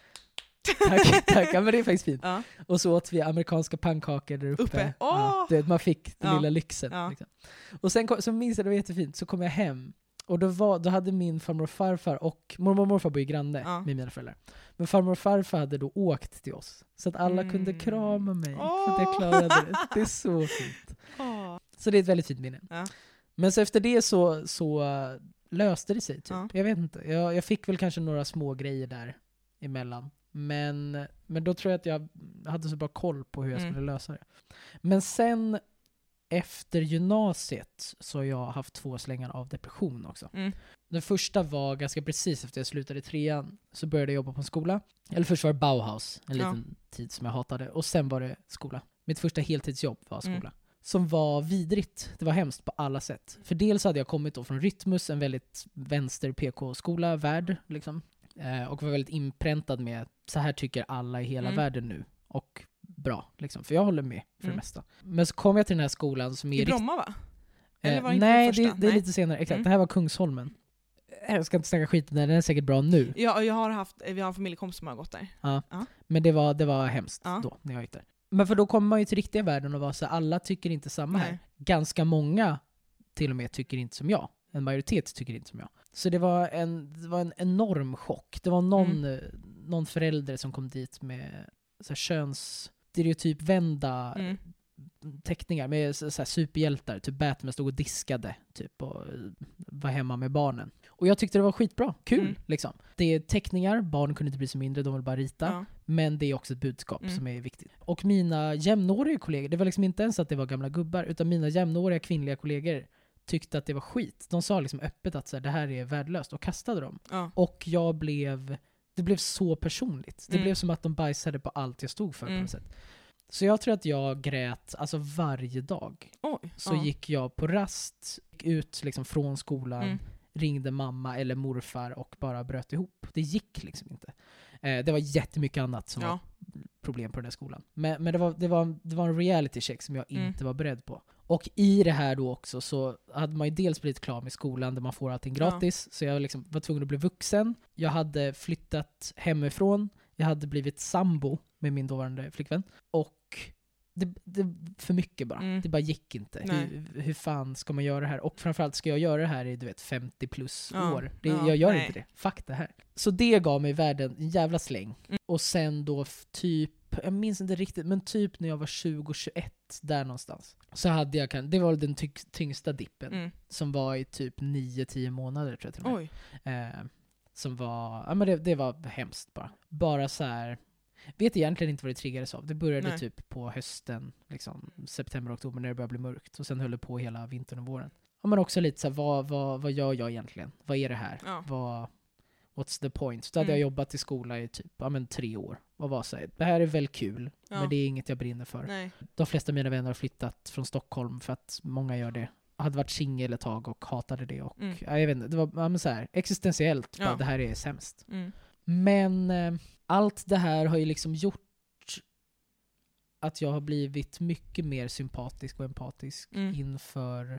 Tack, men det är faktiskt fint. Och så åt vi amerikanska pannkakor där uppe. Man fick den lilla lyxen. Liksom. Och sen så minns jag, det var jättefint, så kom jag hem och då hade min farmor och farfar och mormor och morfar bor ju granne med mina föräldrar. Men farmor och farfar hade då åkt till oss så att alla kunde krama mig för att jag klarade det. Det är så fint. Så det är ett väldigt fint minne. Men så efter det så löste det sig typ. Jag vet inte. Jag fick väl kanske några små grejer där emellan. Men då tror jag att jag hade så bra koll på hur jag skulle lösa det. Men sen efter gymnasiet så har jag haft 2 slängar av depression också. Den första var ganska precis efter jag slutade 3:an, så började jag jobba på en skola. Eller först var det Bauhaus, en liten tid som jag hatade. Och sen var det skola. Mitt första heltidsjobb var skola. Som var vidrigt. Det var hemskt på alla sätt. För dels hade jag kommit då från Rytmus, en väldigt vänster PK-skola, värld liksom. Och var väldigt inpräntad med så här tycker alla i hela världen nu. Och bra, liksom. För jag håller med för det mesta. Men så kom jag till den här skolan som är... I Bromma, va? Eller var det inte nej, det är lite senare. Exakt, det här var Kungsholmen. Jag ska inte snacka skit om den är säkert bra nu. Ja, vi har en familjekompis som har gått där. Ja. Men det var hemskt då, när jag gick där. Men för då kommer man ju till riktiga världen och var så alla tycker inte samma här. Ganska många till och med tycker inte som jag. En majoritet tycker inte som jag. Så det var en enorm chock. Det var någon förälder som kom dit med så här könsstereotypvända teckningar med så här superhjältar. Typ Batman stod och diskade typ, och var hemma med barnen. Och jag tyckte det var skitbra. Kul liksom. Det är teckningar, barn kunde inte bli så mindre, de vill bara rita. Ja. Men det är också ett budskap som är viktigt. Och mina jämnåriga kollegor, det var liksom inte ens att det var gamla gubbar, utan mina jämnåriga kvinnliga kollegor tyckte att det var skit. De sa liksom öppet att så här, det här är värdelöst och kastade dem. Ja. Och det blev så personligt. Det blev som att de bajsade på allt jag stod för på något sätt. Så jag tror att jag grät alltså varje dag. Gick jag på rast, ut liksom från skolan, ringde mamma eller morfar och bara bröt ihop. Det gick liksom inte. Det var jättemycket annat som var problem på den här skolan. Men det var en reality check som jag inte var beredd på. Och i det här då också så hade man ju dels blivit klar med skolan där man får allting gratis. Så jag liksom var tvungen att bli vuxen. Jag hade flyttat hemifrån. Jag hade blivit sambo med min dåvarande flickvän. Och det för mycket bara. Det bara gick inte. Hur fan ska man göra det här? Och framförallt ska jag göra det här i 50 plus år. Jag gör inte det. Fuck det här. Så det gav mig världen en jävla släng. Och sen då typ, jag minns inte riktigt, men typ när jag var 20-21 där någonstans. Så hade jag, det var den tyngsta dippen. Som var i typ 9-10 månader tror jag till och med. Som var, ja men det var hemskt bara. Bara så här. Vet egentligen inte vad det triggades av. Det började typ på hösten, liksom september, oktober när det började bli mörkt. Och sen höll det på hela vintern och våren. Ja, men också lite så här, vad gör jag egentligen? Vad är det här? What's the point? Så hade jag jobbat i skola i typ 3 år. Och var så här, det här är väl kul, men det är inget jag brinner för. Nej. De flesta av mina vänner har flyttat från Stockholm för att många gör det. Jag hade varit singel ett tag och hatade det. Och, jag vet inte, det var så här, existentiellt. Bara, det här är sämst. Men allt det här har ju liksom gjort att jag har blivit mycket mer sympatisk och empatisk inför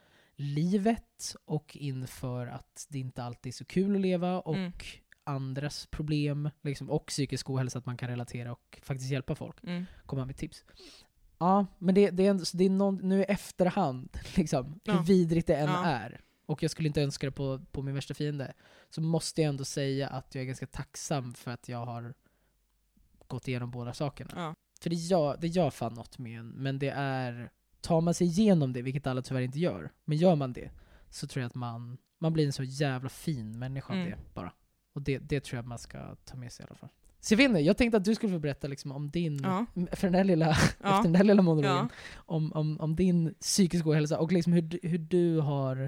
livet och inför att det inte alltid är så kul att leva och andras problem liksom, och psykisk ohälsa, att man kan relatera och faktiskt hjälpa folk. Komma med tips. Ja, men det är nu i efterhand liksom, hur vidrigt det än är. Och jag skulle inte önska det på min värsta fiende. Så måste jag ändå säga att jag är ganska tacksam för att jag har gått igenom båda sakerna. Ja. För det gör fan något med en. Men det är, tar man sig igenom det, vilket alla tyvärr inte gör. Men gör man det, så tror jag att man blir en så jävla fin människa av det bara. Och det tror jag man ska ta med sig i alla fall. Så jag tänkte att du skulle få berätta liksom om din, för den här lilla, efter den här lilla monologen, om din psykiska ohälsa och liksom hur du har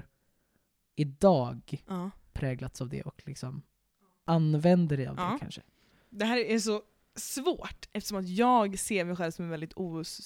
idag präglats av det och liksom använder dig av det kanske. Det här är så svårt eftersom att jag ser mig själv som en väldigt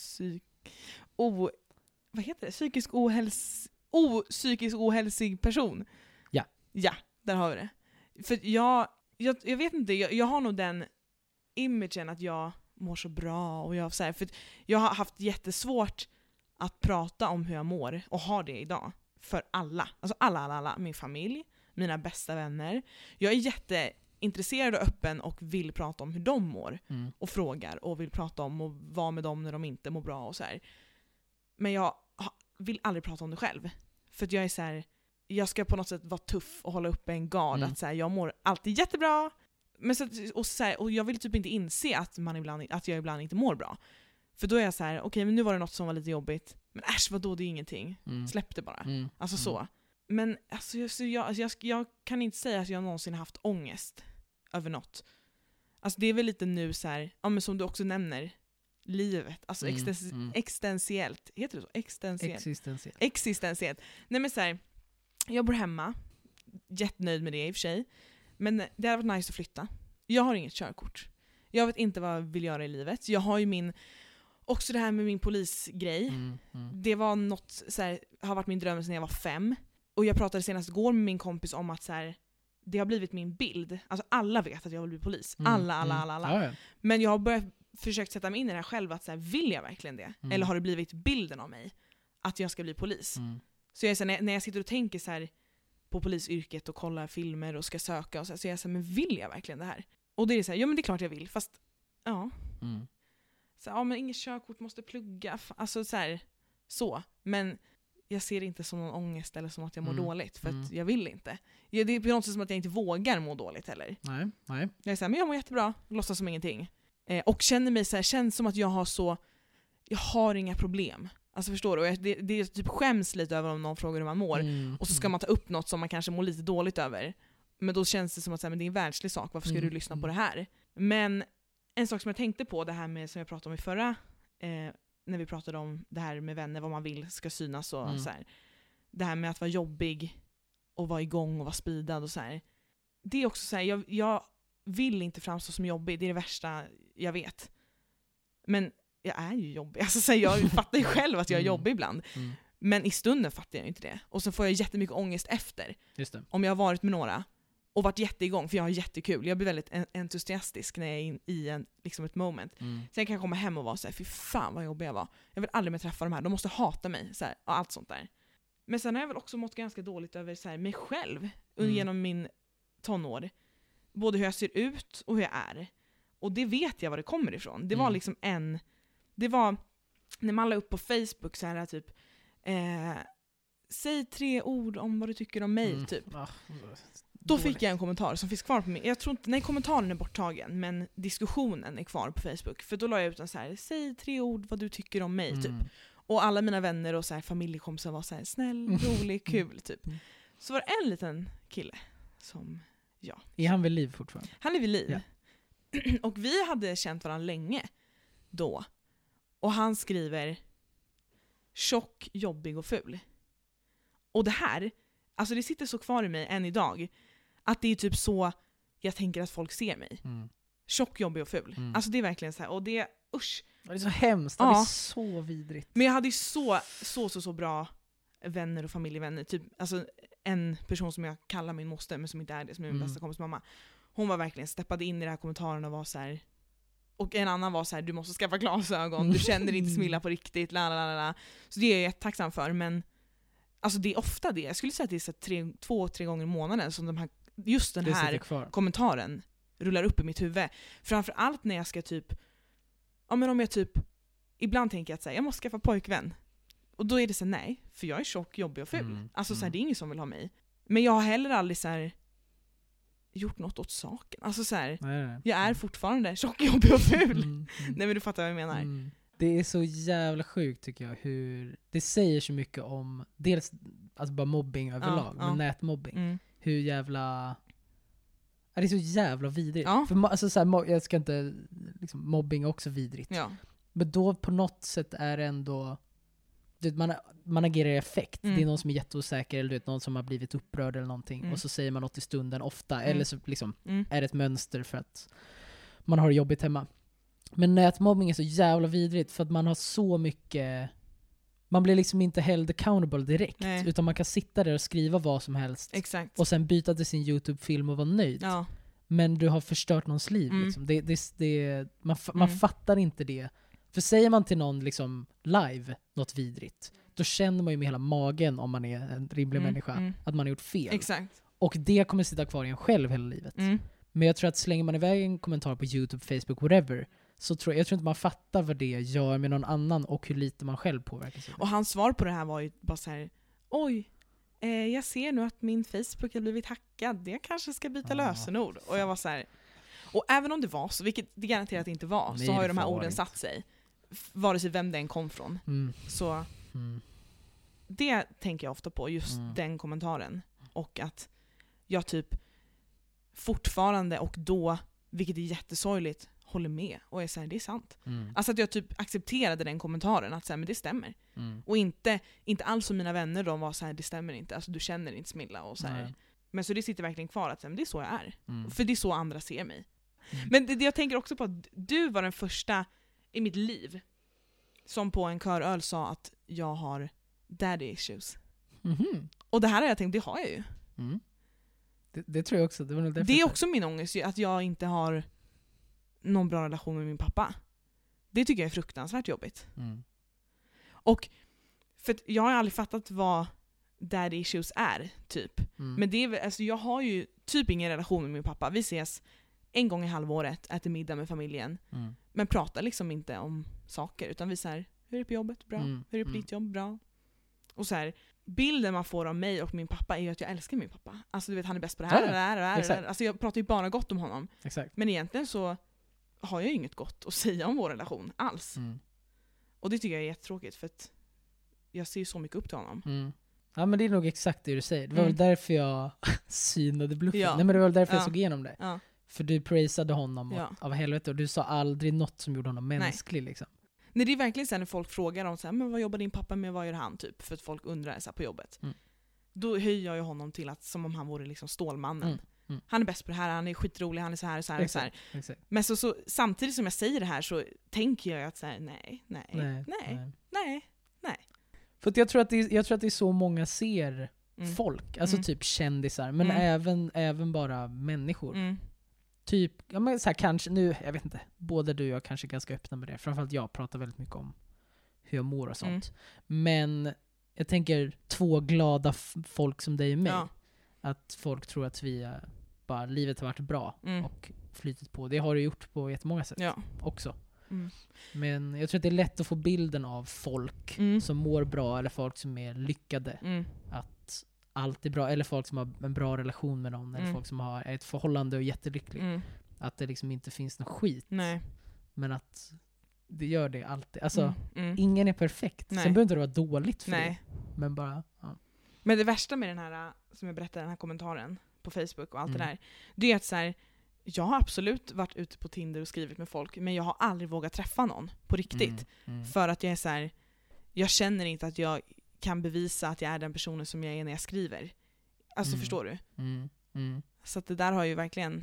psykisk ohälsig person. Ja, där har vi det. För jag vet inte, jag har nog den imagen att jag mår så bra och för jag har haft jättesvårt att prata om hur jag mår och har det idag. För alla. Alltså alla. Min familj, mina bästa vänner. Jag är jätteintresserad och öppen och vill prata om hur de mår. Och frågar och vill prata om och vara med dem när de inte mår bra och så här. Men jag vill aldrig prata om det själv. För att jag är så här, jag ska på något sätt vara tuff och hålla uppe en gard. Att så här, jag mår alltid jättebra. Men och jag vill typ inte inse att jag ibland inte mår bra. För då är jag så här, okej, men nu var det något som var lite jobbigt. Men vadå, det är ingenting. Släpp det bara. Alltså så. Men alltså, jag kan inte säga att jag någonsin haft ångest över något. Alltså det är väl lite nu så här, men som du också nämner, livet. Alltså existentiellt. Heter det så? Existentiellt. Nej men så här, jag bor hemma. jättenöjd med det i och för sig. Men det hade varit nice att flytta. Jag har inget körkort. Jag vet inte vad jag vill göra i livet. Jag har ju också det här med min polisgrej. Det var något så här, har varit min dröm sedan jag var 5. Och jag pratade senast igår med min kompis om att så här, det har blivit min bild. Alltså alla vet att jag vill bli polis. Alla. Ja. Men jag har börjat försökt sätta mig in i det här själv. Att så här, vill jag verkligen det? Eller har det blivit bilden av mig att jag ska bli polis? Så jag är så här, när jag sitter och tänker så här på polisyrket och kollar filmer och ska söka och så är jag så här, men vill jag verkligen det här? Och det är så här, ja men det är klart jag vill, fast ja. Så ja, men inget körkort, måste plugga. Alltså så här, så. Men jag ser det inte som någon ångest eller som att jag mår dåligt, för att jag vill inte. Det är på något sätt som att jag inte vågar må dåligt heller. Nej. Jag är så här, men jag mår jättebra, låtsas som ingenting. Och känner mig så här, känns som att jag har inga problem. Alltså förstår du? Och det är typ skäms lite över om någon frågar hur man mår. Och så ska man ta upp något som man kanske mår lite dåligt över. Men då känns det som att så här, men det är en världslig sak. Varför ska du lyssna på det här? Men en sak som jag tänkte på, det här med som jag pratade om i förra, när vi pratade om det här med vänner, vad man vill ska synas och så här. Det här med att vara jobbig och vara igång och vara speedad och så här. Det är också så här, jag vill inte framstå som jobbig. Det är det värsta jag vet. Men jag är ju jobbig. Alltså, så här, jag fattar ju själv att jag är jobbig ibland. Men i stunden fattar jag inte det. Och så får jag jättemycket ångest efter. Just det. Om jag har varit med några och varit jätteigång, för jag har jättekul. Jag blir väldigt entusiastisk när jag är i liksom ett moment. Sen kan jag komma hem och vara så här, fy fan vad jobbig jag var. Jag vill aldrig mer träffa de här. De måste hata mig. Så här, och allt sånt där. Men sen har jag väl också mått ganska dåligt över så här, mig själv genom min tonår. Både hur jag ser ut och hur jag är. Och det vet jag var det kommer ifrån. Det var liksom det var när man la upp på Facebook så här typ säg 3 ord om vad du tycker om mig typ. Då fick jag en kommentar som finns kvar på mig. Jag tror inte, nej, kommentaren är borttagen, men diskussionen är kvar på Facebook. För då la jag ut en så här, säg 3 ord vad du tycker om mig typ. Och alla mina vänner och så här familjekompisar var så här snäll, rolig, kul typ. Så var det en liten kille som Är han vid liv fortfarande? Han är vid liv. Ja. Och vi hade känt varandra länge då. Och han skriver tjock, jobbig och ful. Och det här, alltså det sitter så kvar i mig än idag, att det är typ så jag tänker att folk ser mig. Tjock, jobbig och ful. Alltså det är verkligen så här, och det usch. Det är så hemskt, det är så vidrigt. Men jag hade ju så bra vänner och familjevänner. Typ, alltså en person som jag kallar min moster, men som inte är det, som är min bästa kompis mamma. Hon var verkligen, steppade in i den här kommentaren och var så här. Och en annan var så här, du måste skaffa glasögon, du känner inte Smilla på riktigt, lalalala. Så det är jag jättetacksam för, men alltså det är ofta det. Jag skulle säga att det är så 2-3 gånger i månaden som just den här kommentaren rullar upp i mitt huvud. Framförallt när jag ska typ, ja men om jag typ, ibland tänker jag att så här, jag måste skaffa pojkvän. Och då är det så här, nej, för jag är tjock, jobbig och ful. Alltså så här, det är ingen som vill ha mig. Men jag har heller aldrig så här gjort något åt saken. Alltså så här, nej. Jag är fortfarande tjock, jobbig och ful. Nej men du fattar vad jag menar. Det är så jävla sjukt tycker jag, hur det säger så mycket om dels alltså bara mobbing överlag, men nätmobbing. Hur jävla det är så jävla vidrigt. För alltså så här, jag ska inte liksom, mobbing är också vidrigt. Men då på något sätt är det ändå man agerar i effekt. Det är någon som är jätteosäker eller någon som har blivit upprörd eller någonting och så säger man något i stunden ofta eller så liksom är det ett mönster för att man har det jobbigt hemma. Men nätmobbing är så jävla vidrigt för att man har så mycket, man blir liksom inte held accountable direkt. Nej. Utan man kan sitta där och skriva vad som helst. Exakt. Och sen byta till sin YouTube-film och vara nöjd. Men du har förstört någons liv. Liksom. Man fattar inte det. För säger man till någon liksom live något vidrigt, då känner man ju med hela magen, om man är en rimlig människa, att man har gjort fel. Exakt. Och det kommer sitta kvar i en själv hela livet. Men jag tror att slänger man iväg en kommentar på YouTube, Facebook, whatever, så jag tror inte man fattar vad det gör med någon annan och hur lite man själv påverkas. Och hans svar på det här var ju bara så här: oj, jag ser nu att min Facebook har blivit hackad. Jag kanske ska byta lösenord. Och jag var så här, och även om det var så, vilket det garanterat inte var, så har ju de här orden satt sig. Vare sig vem den kom från. Så det tänker jag ofta på, just den kommentaren. Och att jag typ fortfarande och då, vilket är jättesorgligt, håller med och är så här, det är sant. Alltså att jag typ accepterade den kommentaren, att så här, men det stämmer. Och inte alls som mina vänner, de var så här, det stämmer inte, alltså du känner inte Smilla och så här. Men så det sitter verkligen kvar att det är så jag är. För det är så andra ser mig. Men det jag tänker också på att du var den första i mitt liv som på en köröl sa att jag har daddy issues. Och det här har jag tänkt, det har jag ju. Det tror jag också. Det är också min ångest, att jag inte har någon bra relation med min pappa. Det tycker jag är fruktansvärt jobbigt. Och för att jag har aldrig fattat vad daddy issues är, typ. Men det är, alltså, jag har ju typ ingen relation med min pappa. Vi ses en gång i halvåret, äter middag med familjen. Men pratar liksom inte om saker, utan vi säger hur är det på jobbet? Bra. Hur är det på ditt jobb? Bra. Och så här, bilden man får av mig och min pappa är ju att jag älskar min pappa. Alltså du vet, han är bäst på det här och det här och det här. Alltså jag pratar ju bara gott om honom. Exakt. Men egentligen så har jag ju inget gott att säga om vår relation alls. Och det tycker jag är jättetråkigt, för att jag ser ju så mycket upp till honom. Ja, men det är nog exakt det du säger. Det var väl därför jag synade bluffen. Nej, men det var väl därför jag såg igenom det. Ja. För du prisade honom av helvete, och du sa aldrig något som gjorde honom mänsklig. Liksom. Nej, det är verkligen så när folk frågar om så här, men vad jobbar din pappa med, vad gör han typ? För att folk undrar så här, på jobbet. Då höjer jag ju honom till att som om han vore liksom Stålmannen. Han är bäst på det här, han är skitrolig, han är så här och så här och så här. Exakt. Men så samtidigt som jag säger det här så tänker jag att så här, nej. För att jag tror att det är så många ser folk, alltså typ kändisar, men även bara människor. Typ, ja, men så här, kanske nu, jag vet inte, både du och jag kanske är ganska öppna med det. Framförallt jag pratar väldigt mycket om hur jag mår och sånt. Men jag tänker 2 glada folk som dig och mig. Att folk tror att vi bara, livet har varit bra och flytit på. Det har det gjort på jättemånga sätt också. Men jag tror att det är lätt att få bilden av folk som mår bra, eller folk som är lyckade. Att allt är bra, eller folk som har en bra relation med någon, eller folk som har ett förhållande och är jättelycklig. Att det liksom inte finns någon skit. Nej. Men att det gör det alltid. Alltså, ingen är perfekt. Sen behöver inte det vara dåligt för det. Men bara, Men det värsta med den här, som jag berättade, den här kommentaren på Facebook och allt det där, det är att så här, jag har absolut varit ute på Tinder och skrivit med folk, men jag har aldrig vågat träffa någon på riktigt. För att jag är så här, jag känner inte att jag kan bevisa att jag är den personen som jag är när jag skriver. Alltså förstår du? Så att det där har ju verkligen,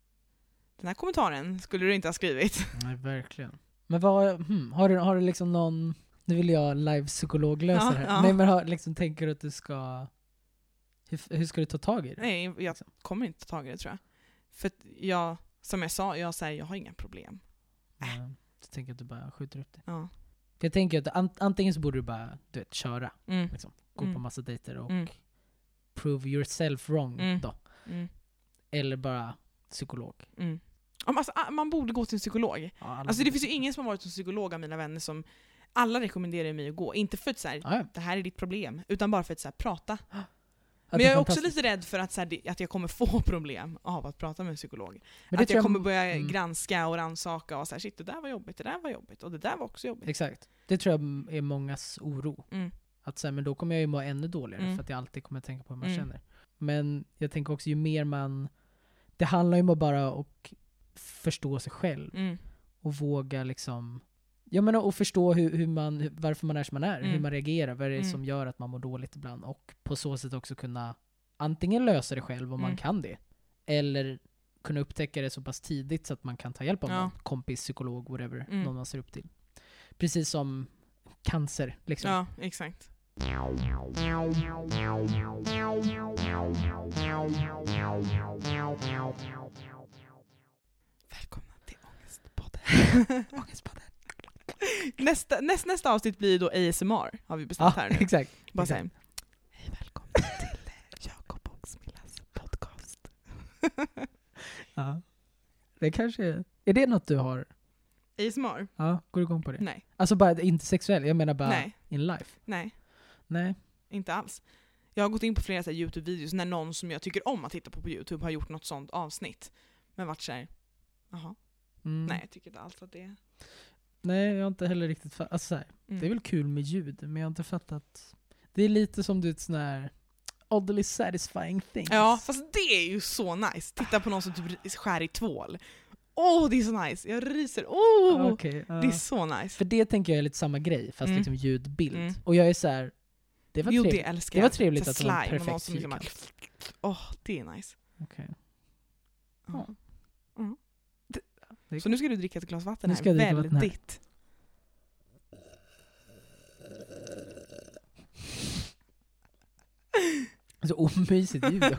den här kommentaren skulle du inte ha skrivit. Nej, verkligen. Men vad, har du liksom någon, nu vill jag live-psykolog lösa det här. Nej, men liksom, tänker du att du ska, hur ska du ta tag i det? Nej, jag kommer inte ta tag i det, tror jag. För att jag, som jag sa, jag säger jag har inga problem. Jag tänker att du bara skjuter upp det. Ja. För jag tänker att antingen så borde du bara, du vet, köra. Liksom, gå på massa dejter och prove yourself wrong då. Eller bara psykolog. Alltså, man borde gå till en psykolog. Alltså det finns ju ingen som har varit hos psykolog av mina vänner som alla rekommenderar mig att gå. Inte för att så här, det här är ditt problem, utan bara för att så här, prata. Men jag är också lite rädd för att, så här, att jag kommer få problem av att prata med en psykolog. Men att jag kommer börja granska och rannsaka och så här, shit, det där var jobbigt, det där var jobbigt och det där var också jobbigt. Exakt. Det tror jag är mångas oro. Att så här, men då kommer jag ju må ännu dåligare för att jag alltid kommer att tänka på hur man känner. Men jag tänker också, ju mer man, det handlar ju om bara att förstå sig själv och våga liksom, jag menar, och förstå varför man är som man är, hur man reagerar, vad det är som gör att man mår dåligt ibland, och på så sätt också kunna antingen lösa det själv om man kan det, eller kunna upptäcka det så pass tidigt så att man kan ta hjälp av någon kompis, psykolog, whatever, någon man ser upp till. Precis som cancer liksom. Ja, exakt. Välkomna till Ångestpodden. Ångestpodden. Nästa avsnitt blir då ASMR, har vi bestämt här nu. Exakt. Bara säga, hej, välkommen till Jakob och Smillas podcast. Ja. Det kanske är det något du har? ASMR? Ja, går du igång på det? Nej. Alltså bara inte sexuell, jag menar bara in life. Nej. Inte alls. Jag har gått in på flera så här YouTube-videos när någon som jag tycker om att titta på YouTube har gjort något sånt avsnitt. Men vart så här, jaha. Nej, jag tycker inte alls att det är. Nej, jag har inte heller riktigt fattat. Alltså, det är väl kul med ljud, men jag har inte fattat. Det är lite som du ett sån här oddly satisfying thing. Ja, fast det är ju så nice. Titta på någon som typ skär i tvål. Det är så nice. Jag ryser. Det är så nice. För det tänker jag är lite samma grej, fast liksom ljudbild. Och jag är så här, det var trevligt. Det älskar jag. Det var trevligt att det var slime, perfekt. det är nice. Okej. Ja. Det- Så nu ska du dricka ett glas vatten Nu här. ska jag dricka vatten här. Väldigt. Så omysigt ljud.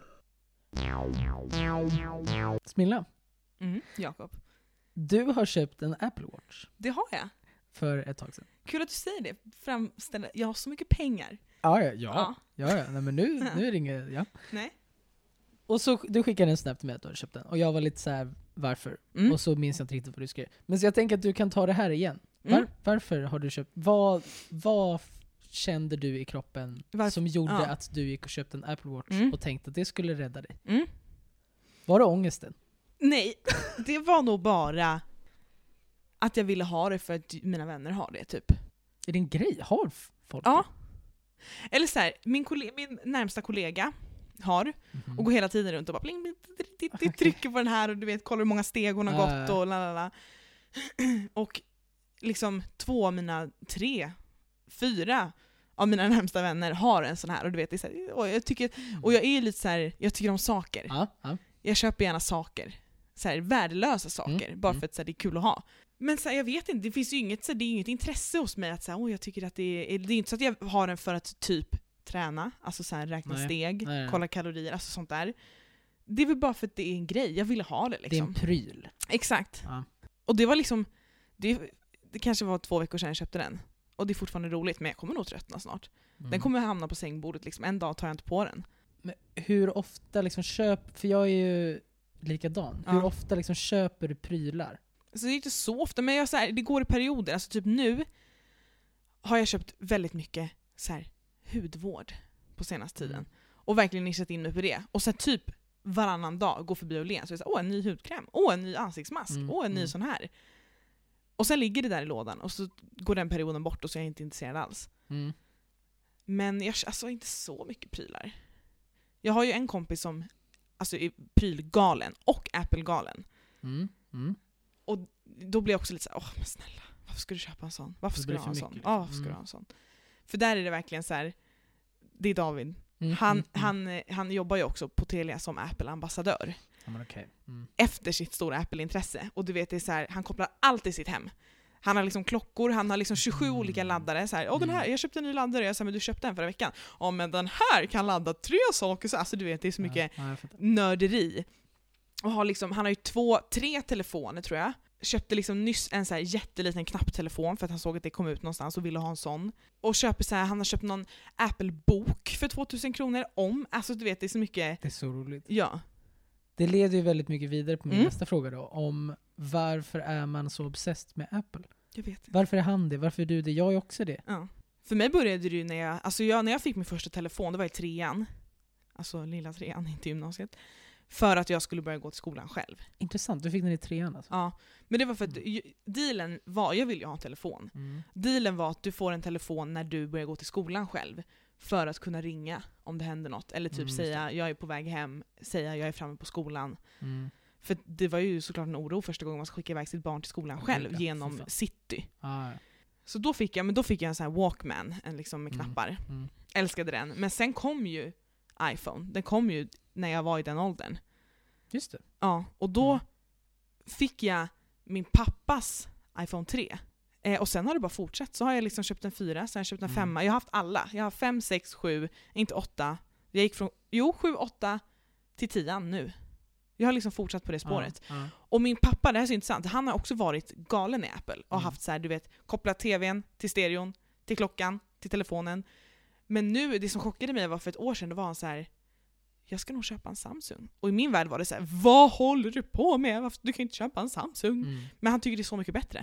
Smilla, Jakob. du har köpt en Apple Watch Det har jag. för ett tag sedan. Kul att du säger det. Jag har så mycket pengar. Ja. Nej, men nu är det inget... Ja. Nej. Och så du skickade en snap till mig att du hade köpt den. Och jag var lite så här: varför? Och så minns jag inte riktigt vad du skrev. Men så jag tänker att du kan ta det här igen. Varför har du köpt... Vad kände du i kroppen som gjorde att du gick och köpte en Apple Watch och tänkte att det skulle rädda dig? Var det ångesten? Nej, det var nog bara att jag ville ha det för att mina vänner har det, typ. Är det en grej? Har folk Ja. Eller så här, min närmsta kollega har och går hela tiden runt och bara bling, trycker på den här och du vet, kollar hur många steg hon har gått och lalala. Och liksom 2 av mina 3, 4 av mina närmsta vänner har en sån här och du vet, det är så här, och jag är lite så här, jag tycker om saker. Jag köper gärna saker. Så här, värdelösa saker. Bara för att så här, det är kul att ha. Men så här, jag vet inte, det finns ju inget, så här, det är inget intresse hos mig att så här, jag tycker att det är inte så att jag har den för att typ träna. Alltså så här, räkna steg, kolla kalorier, alltså sånt där. Det är väl bara för att det är en grej. Jag ville ha det liksom. Det är en pryl. Exakt. Och det var liksom, det kanske var 2 veckor sedan jag köpte den. Och det är fortfarande roligt, men jag kommer nog tröttna snart. Den kommer hamna på sängbordet liksom. En dag tar jag inte på den. Men hur ofta liksom för jag är ju likadan. Hur ofta liksom köper du prylar? Så det är inte så ofta, men jag, så här, det går i perioder. Alltså typ nu har jag köpt väldigt mycket så här, hudvård på senaste tiden. Och verkligen nischat in mig på det. Och så här, typ varannan dag går förbi och len. Så är det så här, en ny hudkräm. En ny ansiktsmask. En ny sån här. Och sen ligger det där i lådan. Och så går den perioden bort och så är jag inte intresserad alls. Men jag alltså inte så mycket prylar. Jag har ju en kompis som alltså är prylgalen och Apple-galen. Och då blir jag också lite så här, men snälla, varför ska du köpa en sån? Varför ska du ha en sån? Liksom. Varför ska du ha en sån? För där är det verkligen så här, det är David. Han jobbar ju också på Telia som Apple-ambassadör. Efter sitt stora Apple-intresse. Och du vet, det är så här, han kopplar allt i sitt hem. Han har liksom klockor, han har liksom 27 olika laddare. Så här, den här, jag köpte en ny laddare. Jag sa, men du köpte den förra veckan. Men den här kan ladda 3 saker. Så, alltså du vet, det är så mycket nörderi. Och han har ju 3 telefoner tror jag. Köpte liksom nyss en så här jätteliten knapptelefon för att han såg att det kom ut någonstans och ville ha en sån. Och köper så här, han har köpt någon Apple-bok för 2000 kronor alltså du vet, det är så mycket. Det är så roligt. Ja. Det leder ju väldigt mycket vidare på min nästa fråga då. Om varför är man så obsessed med Apple? Jag vet inte. Varför är han det? Varför är du det? Jag är också det. Ja. För mig började det ju när jag fick min första telefon, det var i 3:an. Alltså lilla 3:an, inte gymnasiet. För att jag skulle börja gå till skolan själv. Intressant, du fick den i 3:an alltså. Ja, men det var för att dealen var, jag ville ju ha en telefon. Dealen var att du får en telefon när du börjar gå till skolan själv. För att kunna ringa om det händer något. Eller typ säga, jag är på väg hem. Säga, jag är framme på skolan. För det var ju såklart en oro första gången man ska skicka iväg sitt barn till skolan själv. Genom city. Så då fick jag en sån här Walkman. En liksom med knappar. Älskade den. Men sen kom ju iPhone. Den kom ju när jag var i den åldern. Just det. Ja, och då fick jag min pappas iPhone 3. Och sen har det bara fortsatt. Så har jag liksom köpt en 4, sen har jag köpt en 5. Jag har haft alla. Jag har 5, 6, 7, inte 8. Jag gick från 7, 8 till 10 nu. Jag har liksom fortsatt på det spåret. Och min pappa, det här är så intressant. Han har också varit galen i Apple. Och haft så här, du vet, kopplat tvn till stereon, till klockan, till telefonen. Men nu, det som chockade mig var för ett år sedan, då var han så här, jag ska nog köpa en Samsung. Och i min värld var det så här, vad håller du på med? Du kan inte köpa en Samsung. Men han tycker det är så mycket bättre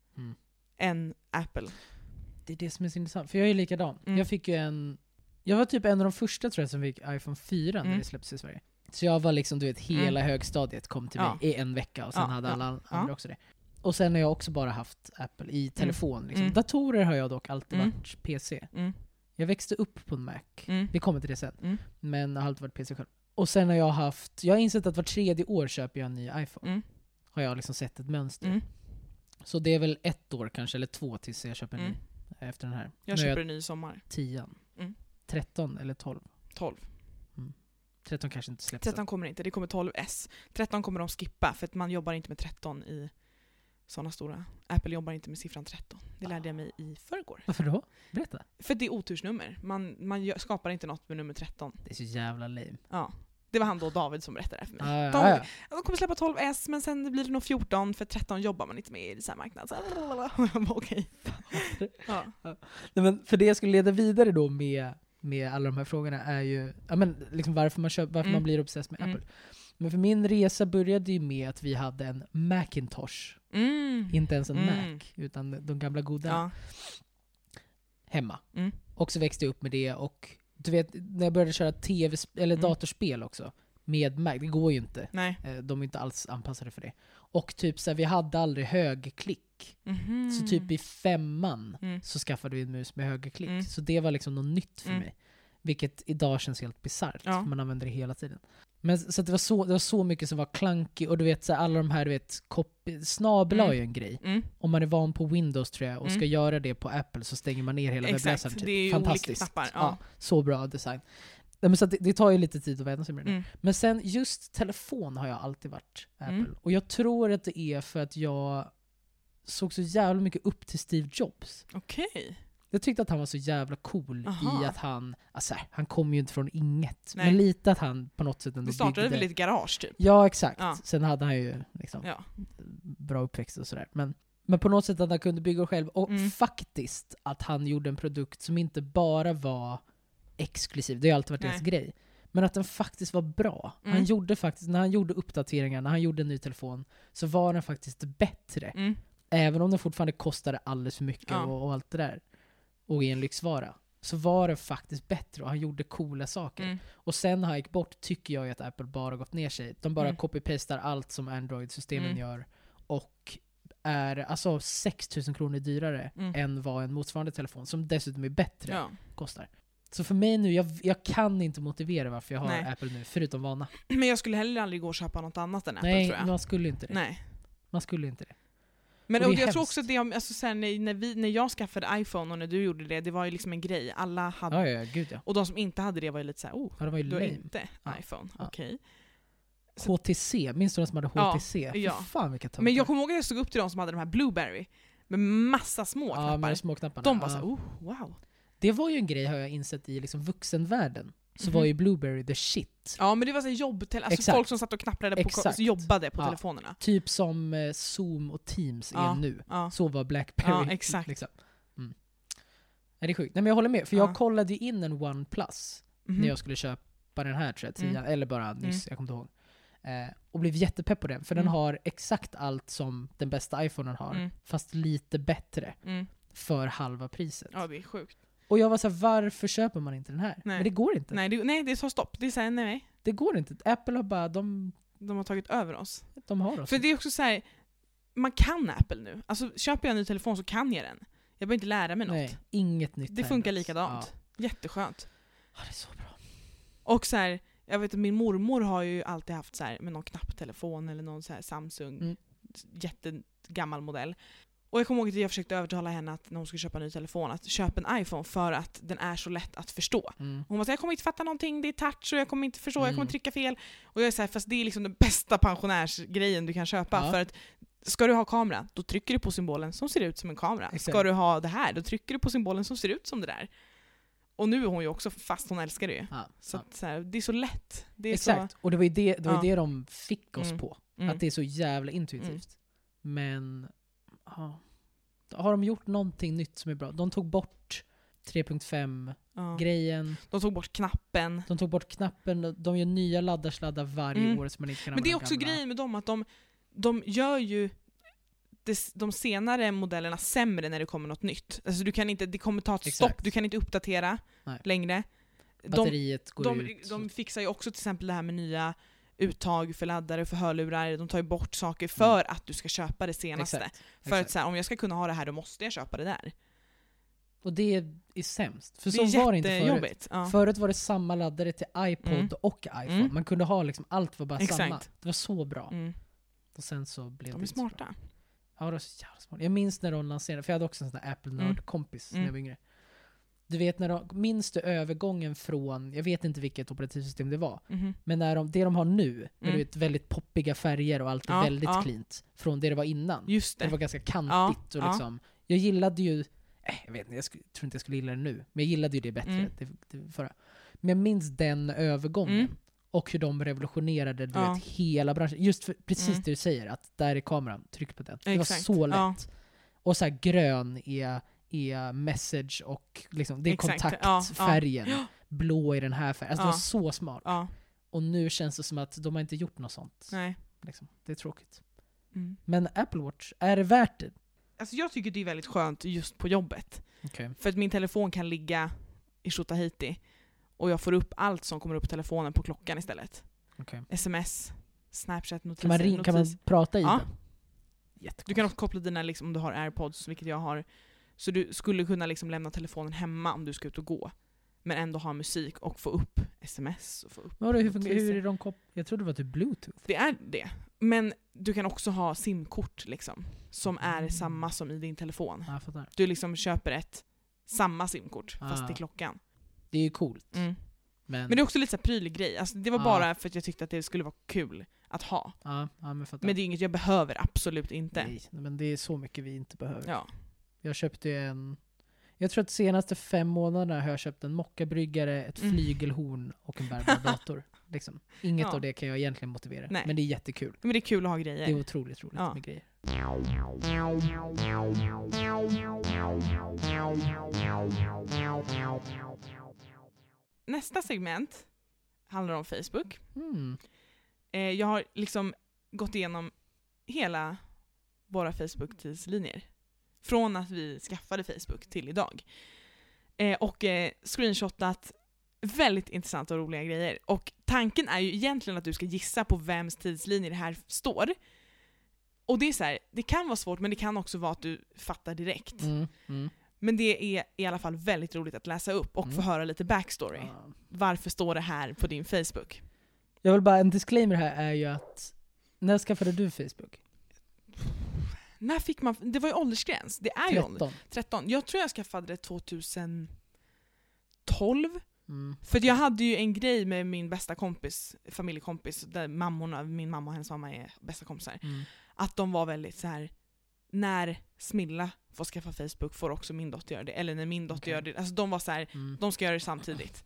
än Apple. Det är det som är så intressant. För jag är likadan. Jag var typ en av de första tror jag som fick iPhone 4 när det släpptes i Sverige. Så jag var liksom, du vet, hela högstadiet kom till mig i en vecka. Och sen hade alla andra också det. Och sen har jag också bara haft Apple i telefon. Liksom. Datorer har jag dock alltid varit PC. Jag växte upp på en Mac. Vi kommer till det sen. Men jag har alltid varit PC själv. Och sen har jag har insett att var 3:e år köper jag en ny iPhone. Har jag liksom sett ett mönster. Så det är väl 1 år kanske, eller 2 tills jag köper en ny efter den här. Jag köper en ny sommar. 10. 13 eller 12? 12. 13 kanske inte släpps. 13 kommer inte, det kommer 12S. 13 kommer de skippa för att man jobbar inte med 13 i sådana stora. Apple jobbar inte med siffran 13. Det lärde jag mig i förrgår. Varför då? Berätta. För det är otursnummer. Man skapar inte något med nummer 13. Det är så jävla lame. Ja. Det var han då, David, som berättade för mig. De kommer släppa 12S, men sen blir det nog 14, för 13 jobbar man inte med i så här marknad. Okej. Ja. Nej, men för det jag skulle leda vidare då med alla de här frågorna är ju liksom varför man blir obsessed med Apple. Men för min resa började ju med att vi hade en Macintosh. Inte ens en Mac, utan de gamla goda hemma. Och så växte jag upp med det, och du vet, när jag började köra datorspel också med Mac, det går ju inte. Nej. De är inte alls anpassade för det. Och typ så här, vi hade aldrig högerklick. Så typ i 5:an så skaffade vi en mus med högerklick. Så det var liksom något nytt för mig. Vilket idag känns helt bisarrt. För man använder det hela tiden. Men så att det var så mycket som var klankigt. Och du vet, så här, alla de här, du vet, snabel är ju en grej. Om man är van på Windows, tror jag, och ska göra det på Apple, så stänger man ner hela webbläsaren. Typ. Det är ju fantastiskt. Knappar, ja, så bra design. Men så att det tar ju lite tid att vända sig med det. Men sen just telefon har jag alltid varit Apple. Och jag tror att det är för att jag såg så jävla mycket upp till Steve Jobs. Okej. Jag tyckte att han var så jävla cool i att han kom ju inte från inget. Nej. Men lite att han på något sätt ändå byggde. Det startade väl i ett garage typ? Ja, exakt. Ja. Sen hade han ju liksom bra uppväxt och sådär. Men på något sätt att han kunde bygga det själv. Och faktiskt att han gjorde en produkt som inte bara var exklusiv. Det har alltid varit deras grej. Men att den faktiskt var bra. Han gjorde faktiskt, när han gjorde uppdateringar, när han gjorde en ny telefon, så var den faktiskt bättre. Även om den fortfarande kostade alldeles för mycket och allt det där. Och i en lyxvara. Så var det faktiskt bättre, och han gjorde coola saker. Och sen har jag gick bort, tycker jag att Apple bara gått ner sig. De bara copy-pastar allt som Android-systemen gör. Och är alltså 6 000 kronor dyrare än vad en motsvarande telefon, som dessutom är bättre, kostar. Så för mig nu, jag kan inte motivera varför jag har Apple nu, förutom vana. Men jag skulle heller aldrig gå och köpa något annat än Apple, tror jag. Nej, man skulle inte det. Nej. Man skulle inte det. Men och jag tror också det, alltså så här, när jag skaffade iPhone och när du gjorde det var ju liksom en grej. Alla hade, gud. Och de som inte hade det var ju lite så här, det var ju du har inte iPhone. Okej. HTC, minns du de som hade HTC? Ja. Fan, vilka tankar. Men jag kommer ihåg att jag stod upp till de som hade de här Blueberry med massa små knappar. Med små knapparna. De var så wow. Det var ju en grej, har jag insett, i liksom vuxenvärlden. Så var ju Blueberry the shit. Ja, men det var så alltså folk som satt och knapprade jobbade på telefonerna. Typ som Zoom och Teams är nu. Så var BlackBerry. Ja, exakt. Liksom. Är det sjukt? Nej, men jag håller med. För jag kollade ju in en OnePlus när jag skulle köpa den här, tror jag, eller bara nyss, jag kommer inte ihåg. Och blev jättepepp på den. För den har exakt allt som den bästa iPhonen har. Fast lite bättre. För halva priset. Ja, det är sjukt. Och jag var så här, varför köper man inte den här? Nej. Men det går inte. Nej, det är så stopp. Det är så här, nej. Det går inte. Apple har bara, de har tagit över oss. De har oss. För det är också så här, man kan Apple nu. Alltså köper jag en ny telefon så kan jag den. Jag behöver inte lära mig något. Nej, inget nytt. Det funkar likadant. Ja. Jätteskönt. Ja, det är så bra. Och så här, jag vet att min mormor har ju alltid haft så här med någon knapptelefon eller någon så här Samsung jättegammal modell. Och jag kommer ihåg att jag försökte övertala henne att när hon skulle köpa en ny telefon att köpa en iPhone för att den är så lätt att förstå. Hon var så här, jag kommer inte fatta någonting, det är touch och jag kommer inte förstå, jag kommer trycka fel. Och jag är så här, fast det är liksom den bästa pensionärsgrejen du kan köpa. För att ska du ha kamera, då trycker du på symbolen som ser ut som en kamera. Exakt. Ska du ha det här, då trycker du på symbolen som ser ut som det där. Och nu är hon ju också, fast hon älskar det ju. Så att, så här, det är så lätt. Det är exakt, så... och det var ju det de fick oss på. Att det är så jävla intuitivt. Men har de gjort någonting nytt som är bra? De tog bort 3.5-grejen. De tog bort knappen. De gör nya laddarsladdar varje år som man inte kan. Men det är också grejen med dem att de gör ju de senare modellerna sämre när det kommer något nytt. Alltså du kan inte, det kommer ta ett stopp, du kan inte uppdatera längre. Batteriet går ut. De fixar ju också till exempel det här med nya uttag för laddare, för hörlurar. De tar ju bort saker för att du ska köpa det senaste. Exakt. För att så här, om jag ska kunna ha det här, då måste jag köpa det där. Och det är sämst. För det så var det inte förut. Jobbigt. Ja. Förut var det samma laddare till iPod och iPhone. Man kunde ha liksom, allt var bara samma. Det var så bra. Och sen så blev de är smarta. Ja, det var så jävla smart. Jag minns när de lanserade, för jag hade också en sån där Apple-nörd-kompis när jag var yngre. Du vet minns du övergången från, jag vet inte vilket operativsystem det var, men det de har nu, med du vet, väldigt poppiga färger och allt är väldigt cleant, från det var innan. Just det. Det var ganska kantigt och liksom, jag gillade ju, jag vet inte, tror inte jag skulle gilla det nu, men jag gillade ju det bättre. Det förra. Men jag minns den övergången och hur de revolutionerade vet, hela branschen. Just för, precis det du säger, att där är kameran, tryck på den. Det var så lätt. Och så här grön är message och liksom, det är kontaktfärgen. Blå i den här färgen. Alltså det var så smart. Och nu känns det som att de har inte gjort något sånt. Nej. Liksom. Det är tråkigt. Men Apple Watch, är det värt det? Alltså jag tycker det är väldigt skönt just på jobbet. Okay. För att min telefon kan ligga i Tjotahejti och jag får upp allt som kommer upp på telefonen på klockan istället. Okay. SMS, Snapchat, notiser. Kan man prata i den? Du kan också koppla dina, liksom, om du har AirPods, vilket jag har. Så du skulle kunna liksom lämna telefonen hemma om du ska ut och gå. Men ändå ha musik och få upp SMS. Och få upp hur är de jag trodde det var typ Bluetooth. Det är det. Men du kan också ha SIM-kort liksom, som är samma som i din telefon. Du liksom köper samma SIM-kort fast till klockan. Det är ju coolt. Men det är också lite så här prylig grej. Alltså, det var bara för att jag tyckte att det skulle vara kul att ha. Men det är inget jag behöver, absolut inte. Nej, men det är så mycket vi inte behöver. Ja. Jag köpte jag tror att de senaste 5 månaderna har jag köpt en mockabryggare, ett flygelhorn och en bärbar dator. Liksom. Inget av det kan jag egentligen motivera. Nej. Men det är jättekul. Men det är kul att ha grejer. Det är otroligt roligt med grejer. Nästa segment handlar om Facebook. Jag har liksom gått igenom hela våra Facebook-tidslinjer. Från att vi skaffade Facebook till idag. Och screenshotat väldigt intressanta och roliga grejer. Och tanken är ju egentligen att du ska gissa på vems tidslinje det här står. Och det är så här, det kan vara svårt, men det kan också vara att du fattar direkt. Men det är i alla fall väldigt roligt att läsa upp och få höra lite backstory. Varför står det här på din Facebook? Jag vill bara, en disclaimer här är ju att, när skaffade du Facebook? När fick man, det var ju åldersgräns. Det är 13. Ju 13. Jag tror jag skaffade det 2012. För jag hade ju en grej med min bästa kompis, familjekompis, där min mamma och hennes mamma är bästa kompisar. Att de var väldigt så här: när Smilla får skaffa Facebook får också min dotter göra det. Eller när min dotter gör det. Alltså de var så här, de ska göra det samtidigt.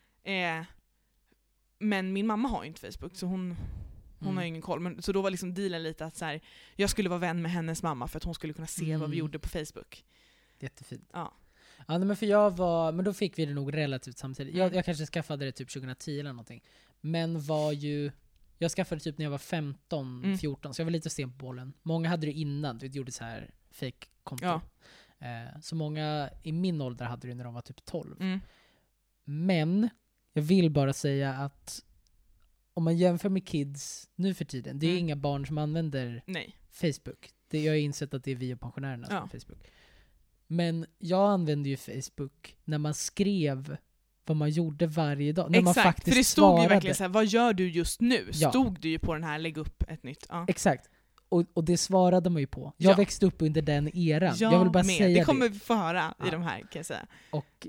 Men min mamma har ju inte Facebook, så hon har ju ingen koll. Men, så då var liksom dealen lite att så här, jag skulle vara vän med hennes mamma för att hon skulle kunna se vad vi gjorde på Facebook. Jättefint. Ja. Ja, men för men då fick vi det nog relativt samtidigt. Jag kanske skaffade det typ 2010 eller någonting. Men jag skaffade det typ när jag var 15, 14, så jag var lite sen på bollen. Många hade det innan, du gjorde så här fake-konto. Ja. Så många i min ålder hade det när de var typ 12. Men jag vill bara säga att om man jämför med kids nu för tiden, det är inga barn som använder Facebook. Jag har insett att det är vi och pensionärerna som har Facebook. Men jag använde ju Facebook när man skrev vad man gjorde varje dag. När Exakt, man faktiskt för det stod svarade. Ju verkligen så här, vad gör du just nu? Stod du ju på den här, lägg upp ett nytt. Ja. Exakt. Och det svarade man ju på. Jag växte upp under den eran. Jag vill bara säga det. kommer vi få höra i de här, kan jag säga. Och,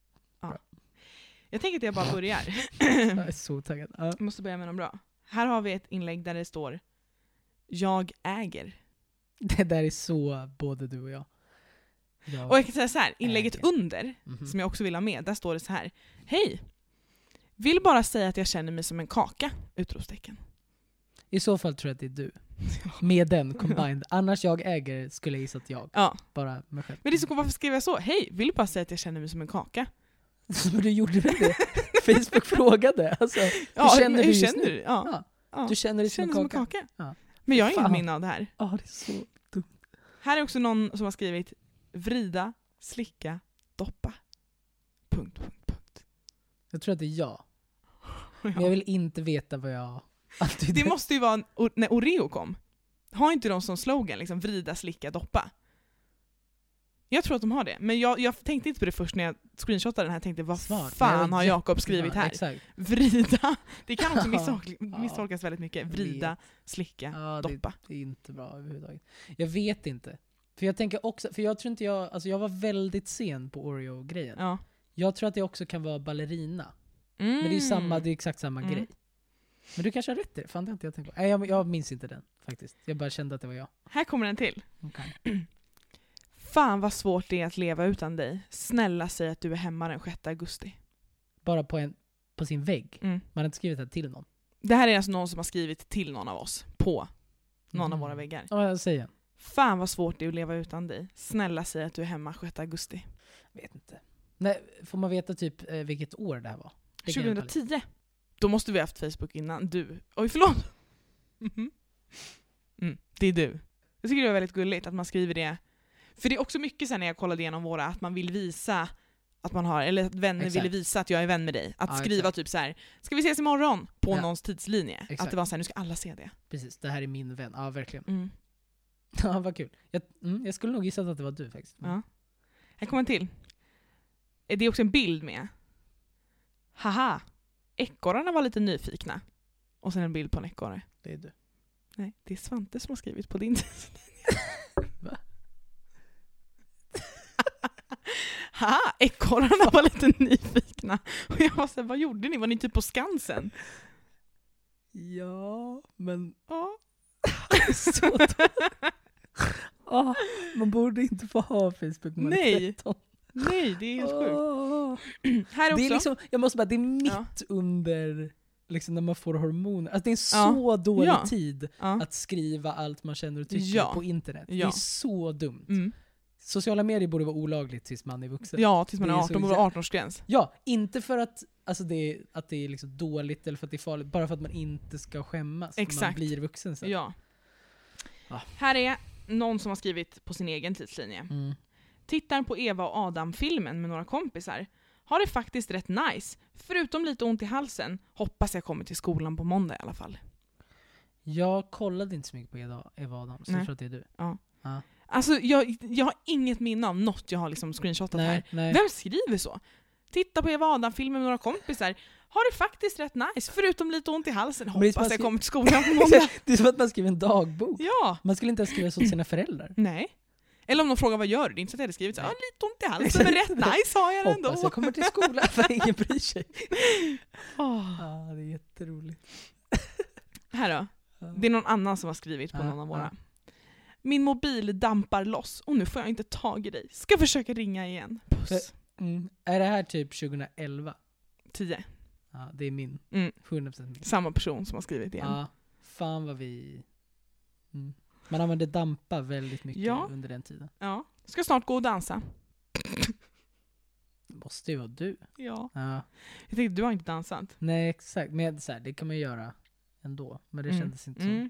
jag tänker att jag bara börjar. Jag är så taggad. Jag måste börja med något bra. Här har vi ett inlägg där det står: jag äger. Det där är så både du och jag. Och jag kan säga så här, inlägget under, som jag också vill ha med, där står det så här: hej, vill bara säga att jag känner mig som en kaka, utropstecken. I så fall tror jag att det är du. Med den combined. Annars jag äger skulle jag gissa att jag. Bara mig själv. Men det är så, varför skrev jag så? Hej, vill bara säga att jag känner mig som en kaka. Men du gjorde väl det? Facebook frågade. Alltså, hur känner du just nu? Ja. Du känner dig som en kaka. Ja. Men jag har ingen minne av det här. Ja, det är så dumt. Här är också någon som har skrivit: vrida, slicka, doppa. ... Jag tror att det är jag. Men jag vill inte veta vad jag... Det måste ju vara när Oreo kom. Har inte de som slogan liksom vrida, slicka, doppa? Jag tror att de har det. Men jag tänkte inte på det först när jag screenshotade den här. Tänkte, vad fan har Jakob skrivit här? Exakt. Vrida. Det kan också misstolkas väldigt mycket. Vrida, slicka, doppa. Det är inte bra överhuvudtaget. Jag vet inte. För jag tänker också, för jag tror inte jag var väldigt sen på Oreo-grejen. Ja. Jag tror att det också kan vara ballerina. Men det är exakt samma grej. Men du kanske har rätt i det. Fan, det har inte jag tänkt på. Nej, jag minns inte den faktiskt. Jag bara kände att det var jag. Här kommer den till. Okay. Fan vad svårt det är att leva utan dig. Snälla säg att du är hemma den 6 augusti. Bara på sin vägg? Man har inte skrivit det till någon? Det här är alltså någon som har skrivit till någon av oss på någon av våra väggar. Ja, jag säger. Fan vad svårt det är att leva utan dig. Snälla säg att du är hemma 6 augusti. Vet inte. Nej, får man veta typ vilket år det här var? Det 2010. Då måste vi ha haft Facebook innan. Oj, förlåt. Det är du. Jag tycker det är väldigt gulligt att man skriver det. För det är också mycket sen när jag kollade igenom våra att man vill visa att man har, eller att vänner ville visa att jag är vän med dig. Att skriva typ så här: ska vi ses imorgon? På någons tidslinje. Exakt. Att det var så här, nu ska alla se det. Precis, det här är min vän. Ja, verkligen. Ja, vad kul. Jag skulle nog gissa att det var du faktiskt. Ja. Här kommer en till. Det är också en bild med. Haha. Ekorrarna var lite nyfikna. Och sen en bild på en ekorre. Det är du. Nej, det är Svante som har skrivit på din Va? Haha, ekorrarna var lite nyfikna. Och jag var så här, vad gjorde ni? Var ni typ på Skansen? Ja, men... Ja. Så man borde inte få ha Facebook när man är 13. Nej, det är helt sjukt. Här också. Det är liksom, jag måste bara, det är mitt under liksom när man får hormoner. Alltså det är så dålig tid att skriva allt man känner och tycker på internet. Det är så dumt. Sociala medier borde vara olagligt tills man är vuxen. Ja, tills man är 18, borde vara 18-årsgräns. Ja, inte för att alltså att det är liksom dåligt eller för att det är farligt, bara för att man inte ska skämmas. Exakt. Man blir vuxen sen. Ja. Här är någon som har skrivit på sin egen tidslinje. Tittar på Eva och Adam-filmen med några kompisar. Har det faktiskt rätt nice. Förutom lite ont i halsen. Hoppas jag kommer till skolan på måndag i alla fall. Jag kollade inte så mycket på Eva och Adam. Så jag tror att det är du. Ja. Alltså jag har inget minne av något jag har liksom screenshotat här. Nej. Vem skriver så? Titta på Eva och Adam-filmen med några kompisar. Har det faktiskt rätt nice. Förutom lite ont i halsen. Hoppas jag kommer till skolan på måndag. Det är som att man skriver en dagbok. Ja. Man skulle inte ens skriva så till sina föräldrar. Nej. Eller om de frågar vad gör du? Det är inte så att jag hade skrivit så här, lite ont i halsen, men rätt nice har jag det ändå. Hoppas jag kommer till skolan för ingen bryr sig. Det är jätteroligt. Här då. Det är någon annan som har skrivit på någon av våra. Min mobil dampar loss och nu får jag inte tag i dig. Ska försöka ringa igen. Puss. Är det här typ 2011? 10. Ja, det är min. 100% min. Samma person som har skrivit igen. Ja, fan vad vi... Man använde dampa väldigt mycket under den tiden. Ja. Ska snart gå och dansa. Det måste ju vara du. Ja. Jag tänkte, du har inte dansat. Nej, exakt. Men så här, det kan man göra ändå. Men det kändes inte så.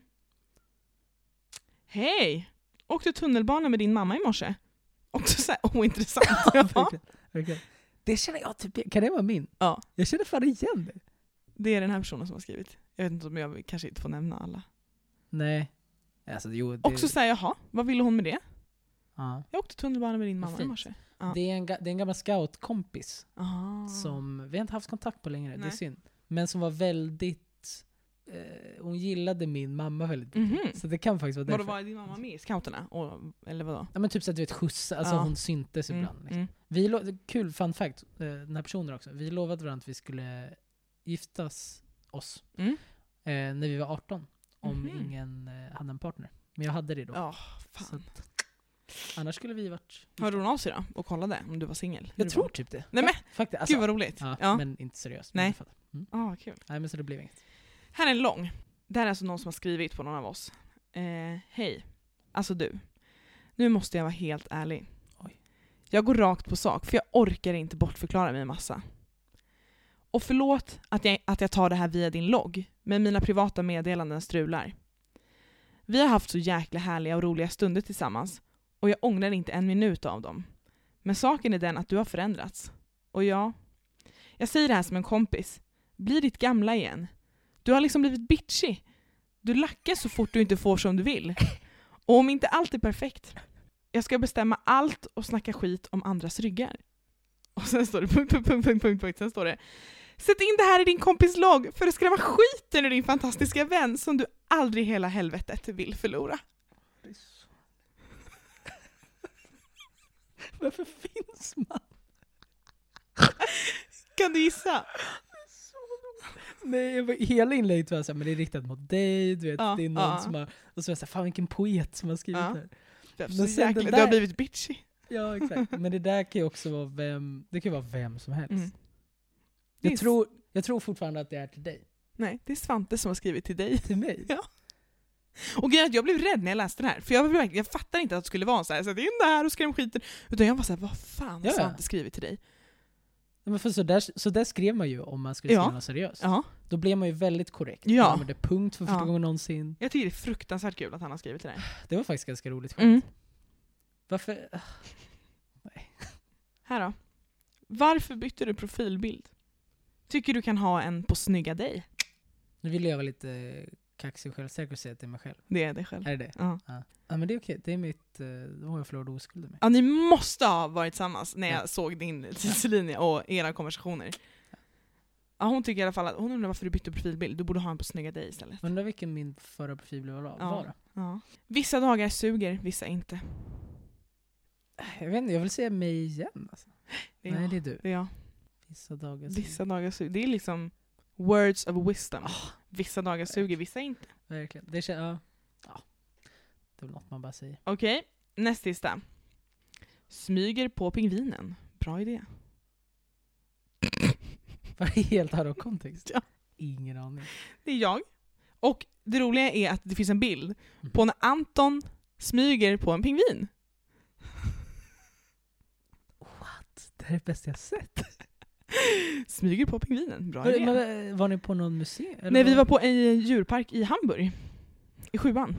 Hej! Åkte tunnelbana med din mamma i morse. Också så här ointressant. Verkligen. Det känner jag typ. Kan det vara min? Ja. Jag känner fan igen det. Det är den här personen som har skrivit. Jag vet inte om jag kanske inte får nämna alla. Nej. Alltså, också säger jaha, vad ville hon med det? Ja. Jag åkte tunnelbana med din mamma i morse. Ja. Det är en gammal scoutkompis som vi har inte haft kontakt på längre. Det är synd. Men som var väldigt hon gillade min mamma väldigt mycket. Så det kan faktiskt vara därför. Var din mamma med i scouterna? Eller vadå? Ja, men typ så att du vet skjutsa. Alltså hon syntes ibland. Liksom. Kul fun fact, den här personen också. Vi lovade varandra att vi skulle giftas oss när vi var 18. Om ingen hade en partner. Men jag hade det då. Fan. Annars skulle vi varit... Hörde hon av sig då? Och kollade om du var singel? Jag tror typ det. Nej men, faktiskt. Alltså, gud vad roligt. Men inte seriöst. Nej. Kul. Nej, men så det blev inget. Här är en lång. Det här är alltså någon som har skrivit på någon av oss. Hej. Alltså du. Nu måste jag vara helt ärlig. Oj. Jag går rakt på sak för jag orkar inte bortförklara mig en massa. Och förlåt att jag tar det här via din logg, men mina privata meddelanden strular. Vi har haft så jäkla härliga och roliga stunder tillsammans och jag ångrar inte en minut av dem. Men saken är den att du har förändrats. Och jag säger det här som en kompis. Bli ditt gamla igen. Du har liksom blivit bitchy. Du lackar så fort du inte får som du vill. Och om inte allt är perfekt. Jag ska bestämma allt och snacka skit om andras ryggar. Och sen står det punkt. Sen står det: sätt in det här i din kompis logg för att skrämma skiten ur din fantastiska vän som du aldrig i hela helvetet vill förlora. Varför finns man? Kan du gissa? Nej, hela inlägget var så här, men det är riktat mot dig, du vet, det är någon som har, och så var jag så här, fan vilken poet som har skrivit här. Men sen det har blivit bitchy. Ja, exakt. Men det där kan ju också vara vem som helst. Jag tror fortfarande att det är till dig. Nej, det är Svante som har skrivit till dig. Till mig? Ja. Och jag blev rädd när jag läste den här. För jag fattar inte att det skulle vara så här. Så det är in där och skrev skiten. Utan jag var så här, vad fan har Svante skrivit till dig? Men för så där skrev man ju om man skulle skriva något seriöst. Ja. Då blev man ju väldigt korrekt. Man använde punkt för första gången någonsin. Jag tycker det är fruktansvärt kul att han har skrivit till dig. Det var faktiskt ganska roligt skämt. Varför? Nej. Här då. Varför bytte du profilbild? Tycker du kan ha en på snygga dig? Nu vill jag vara lite kaxig och självsäker och säga till mig själv. Det är det själv. Är det? Ja. Ja, men det är okej. Det är mitt... Då har jag förlorat oskulden med. Ja, ni måste ha varit tillsammans när jag såg din tidslinje och era konversationer. Ja, hon tycker i alla fall att hon undrar varför du bytte profilbild. Du borde ha en på snygga dig istället. Undrar vilken min förra profilbild var. Ja. Vissa dagar suger, vissa inte. Jag vet inte, jag vill säga mig igen. Alltså. Nej, det är du. Det är jag. Vissa dagar suger. Det är liksom words of wisdom. Vissa dagar suger, vissa inte. Verkligen. Det känns, det är något man bara säger. Okej, näst sista. Smyger på pingvinen. Bra idé. Var det helt här av kontext? Ja. Ingen aning. Det är jag. Och det roliga är att det finns en bild på när Anton smyger på en pingvin. What? Det här är det bästa jag sett. Smyger på pingvinen. Bra idé. Men, var ni på någon museum? Eller nej, vi var på en djurpark i Hamburg. I 7:an.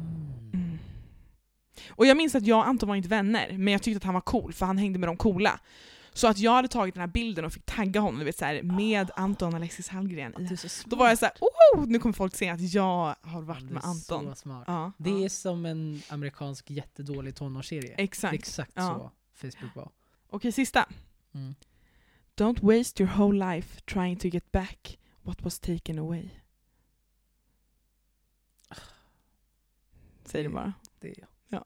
Och jag minns att jag och Anton var inte vänner, men jag tyckte att han var cool för han hängde med de coola. Så att jag hade tagit den här bilden och fick tagga honom, du vet, så här, med Anton och Alexis Hallgren i. Då var jag så här, nu kommer folk se att jag har varit med Anton. Så smart. Ja, det är som en amerikansk jättedålig tonårsserie. Exakt så Facebook var. Okej, sista. Don't waste your whole life trying to get back what was taken away. Säg det bara. Det är jag. Ja.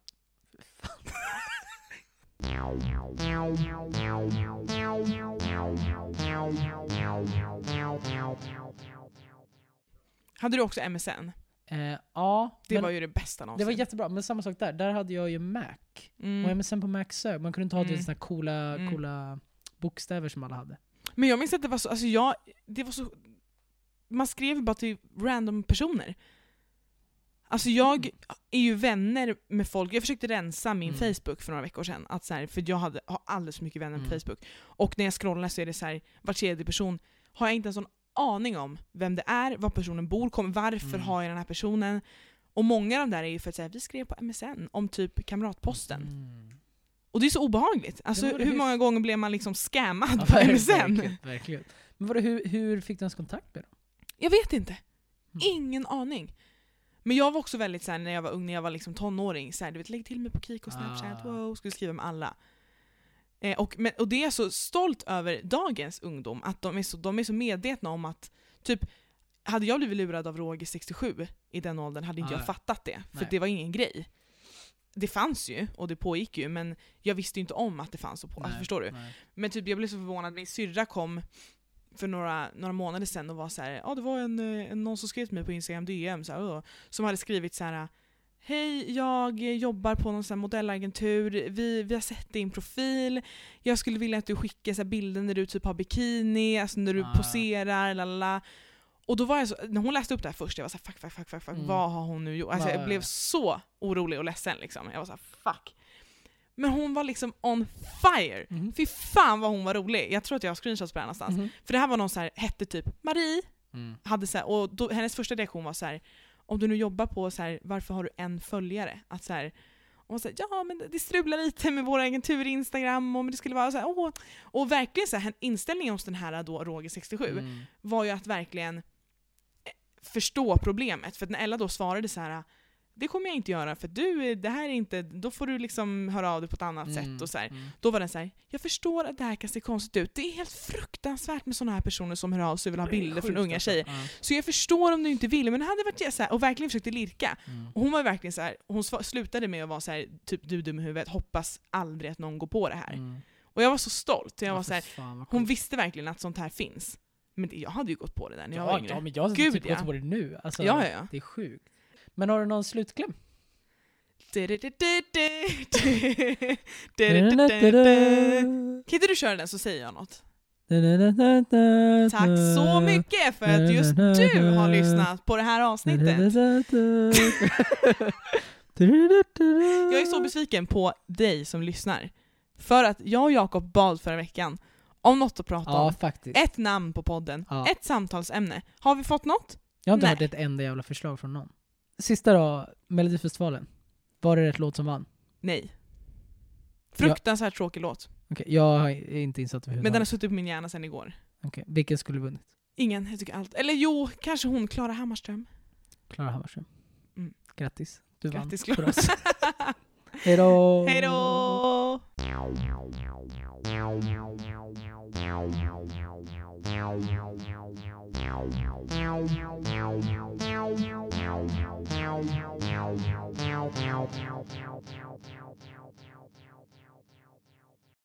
Hade du också MSN? Ja. Det var ju det bästa någonsin. Det var jättebra, men samma sak där. Där hade jag ju Mac. Och MSN på Mac sög. Man kunde inte ha såna coola bokstäver som alla hade. Men jag minns att det var så, alltså det var så, man skrev bara till random personer. Alltså jag är ju vänner med folk. Jag försökte rensa min Facebook för några veckor sedan. Att så här, för jag har alldeles för mycket vänner på Facebook. Och när jag scrollar så är det så här, var tredje person har jag inte en sån aning om vem det är, var personen bor, varför har jag den här personen. Och många av de där är ju för att säga vi skrev på MSN om typ kamratposten. Och det är så obehagligt. Alltså hur många gånger blev man liksom scammad på MSN? Verkligen. Men hur fick du ens kontakt med dem? Jag vet inte. Ingen aning. Men jag var också väldigt såhär när jag var ung, när jag var liksom tonåring, såhär, du vet, lägg till mig på Kik och Snapchat, skulle skriva med alla. Och det är jag så stolt över dagens ungdom, att de är så medvetna om att typ, hade jag blivit lurad av Roger 67 i den åldern hade inte jag fattat det, för det var ingen grej. Det fanns ju, och det pågick ju, men jag visste ju inte om att det fanns, förstår du? Nej. Men typ jag blev så förvånad, min syrra kom för några månader sedan och var så här, det var någon som skrev till mig på Instagram DM så här, som hade skrivit så här: hej, jag jobbar på någon sån här modellagentur, vi har sett din profil, jag skulle vilja att du skickar så här bilder när du typ har bikini, alltså när du poserar, lalala. Och då var jag så, när hon läste upp det här först, jag var så här, fuck, vad har hon nu gjort? Alltså jag blev så orolig och ledsen liksom. Jag var så här, fuck. Men hon var liksom on fire. Fy fan vad hon var rolig. Jag tror att jag har screenshots på det här någonstans. För det här var någon så här, hette typ Marie. Hade så här, och då, hennes första reaktion var så här: om du nu jobbar på så här, varför har du en följare? Att så här, och så här, ja men det strular lite med vår agentur i Instagram, och det skulle vara så här, och verkligen så här, inställningen hos den här då Roger 67 var ju att verkligen förstå problemet. För när Ella då svarade så här: det kommer jag inte göra, för det här är inte, då får du liksom höra av dig på ett annat sätt och så här. Då var den så här: jag förstår att det här kan se konstigt ut. Det är helt fruktansvärt med såna här personer som hör av sig och vill ha bilder från unga tjejer. Så jag förstår om du inte vill, men det hade varit så här, och verkligen försökte lirka. Och hon var verkligen så här, hon slutade med att vara så här, typ du dum i huvudet, hoppas aldrig att någon går på det här. Och jag var så stolt. Jag var för så här, fan, hon visste verkligen att sånt här finns. Men jag hade ju gått på det där när jag var yngre. Ja, men jag har typ gått på det nu. Alltså, ja. Det är sjukt. Men har du någon slutkläm? Kan inte du köra den så säger jag något? Tack så mycket för att just du har lyssnat på det här avsnittet. Jag är så besviken på dig som lyssnar. För att jag och Jakob bad förra veckan om något att prata om. Faktiskt. Ett namn på podden. Ett samtalsämne. Har vi fått något? Jag har inte hört ett enda jävla förslag från någon. Sista då, Melodifestivalen. Var det rätt låt som vann? Nej. Fruktansvärt tråkig låt. Okej, jag är inte insatt över hur. Men den har suttit på min hjärna sedan igår. Okej, vilken skulle vunnit? Ingen, jag tycker allt. Eller jo, kanske hon, Klara Hammarström. Klara Hammarström. Grattis. Du Grattis, vann för oss. Hejdå! Hejdå!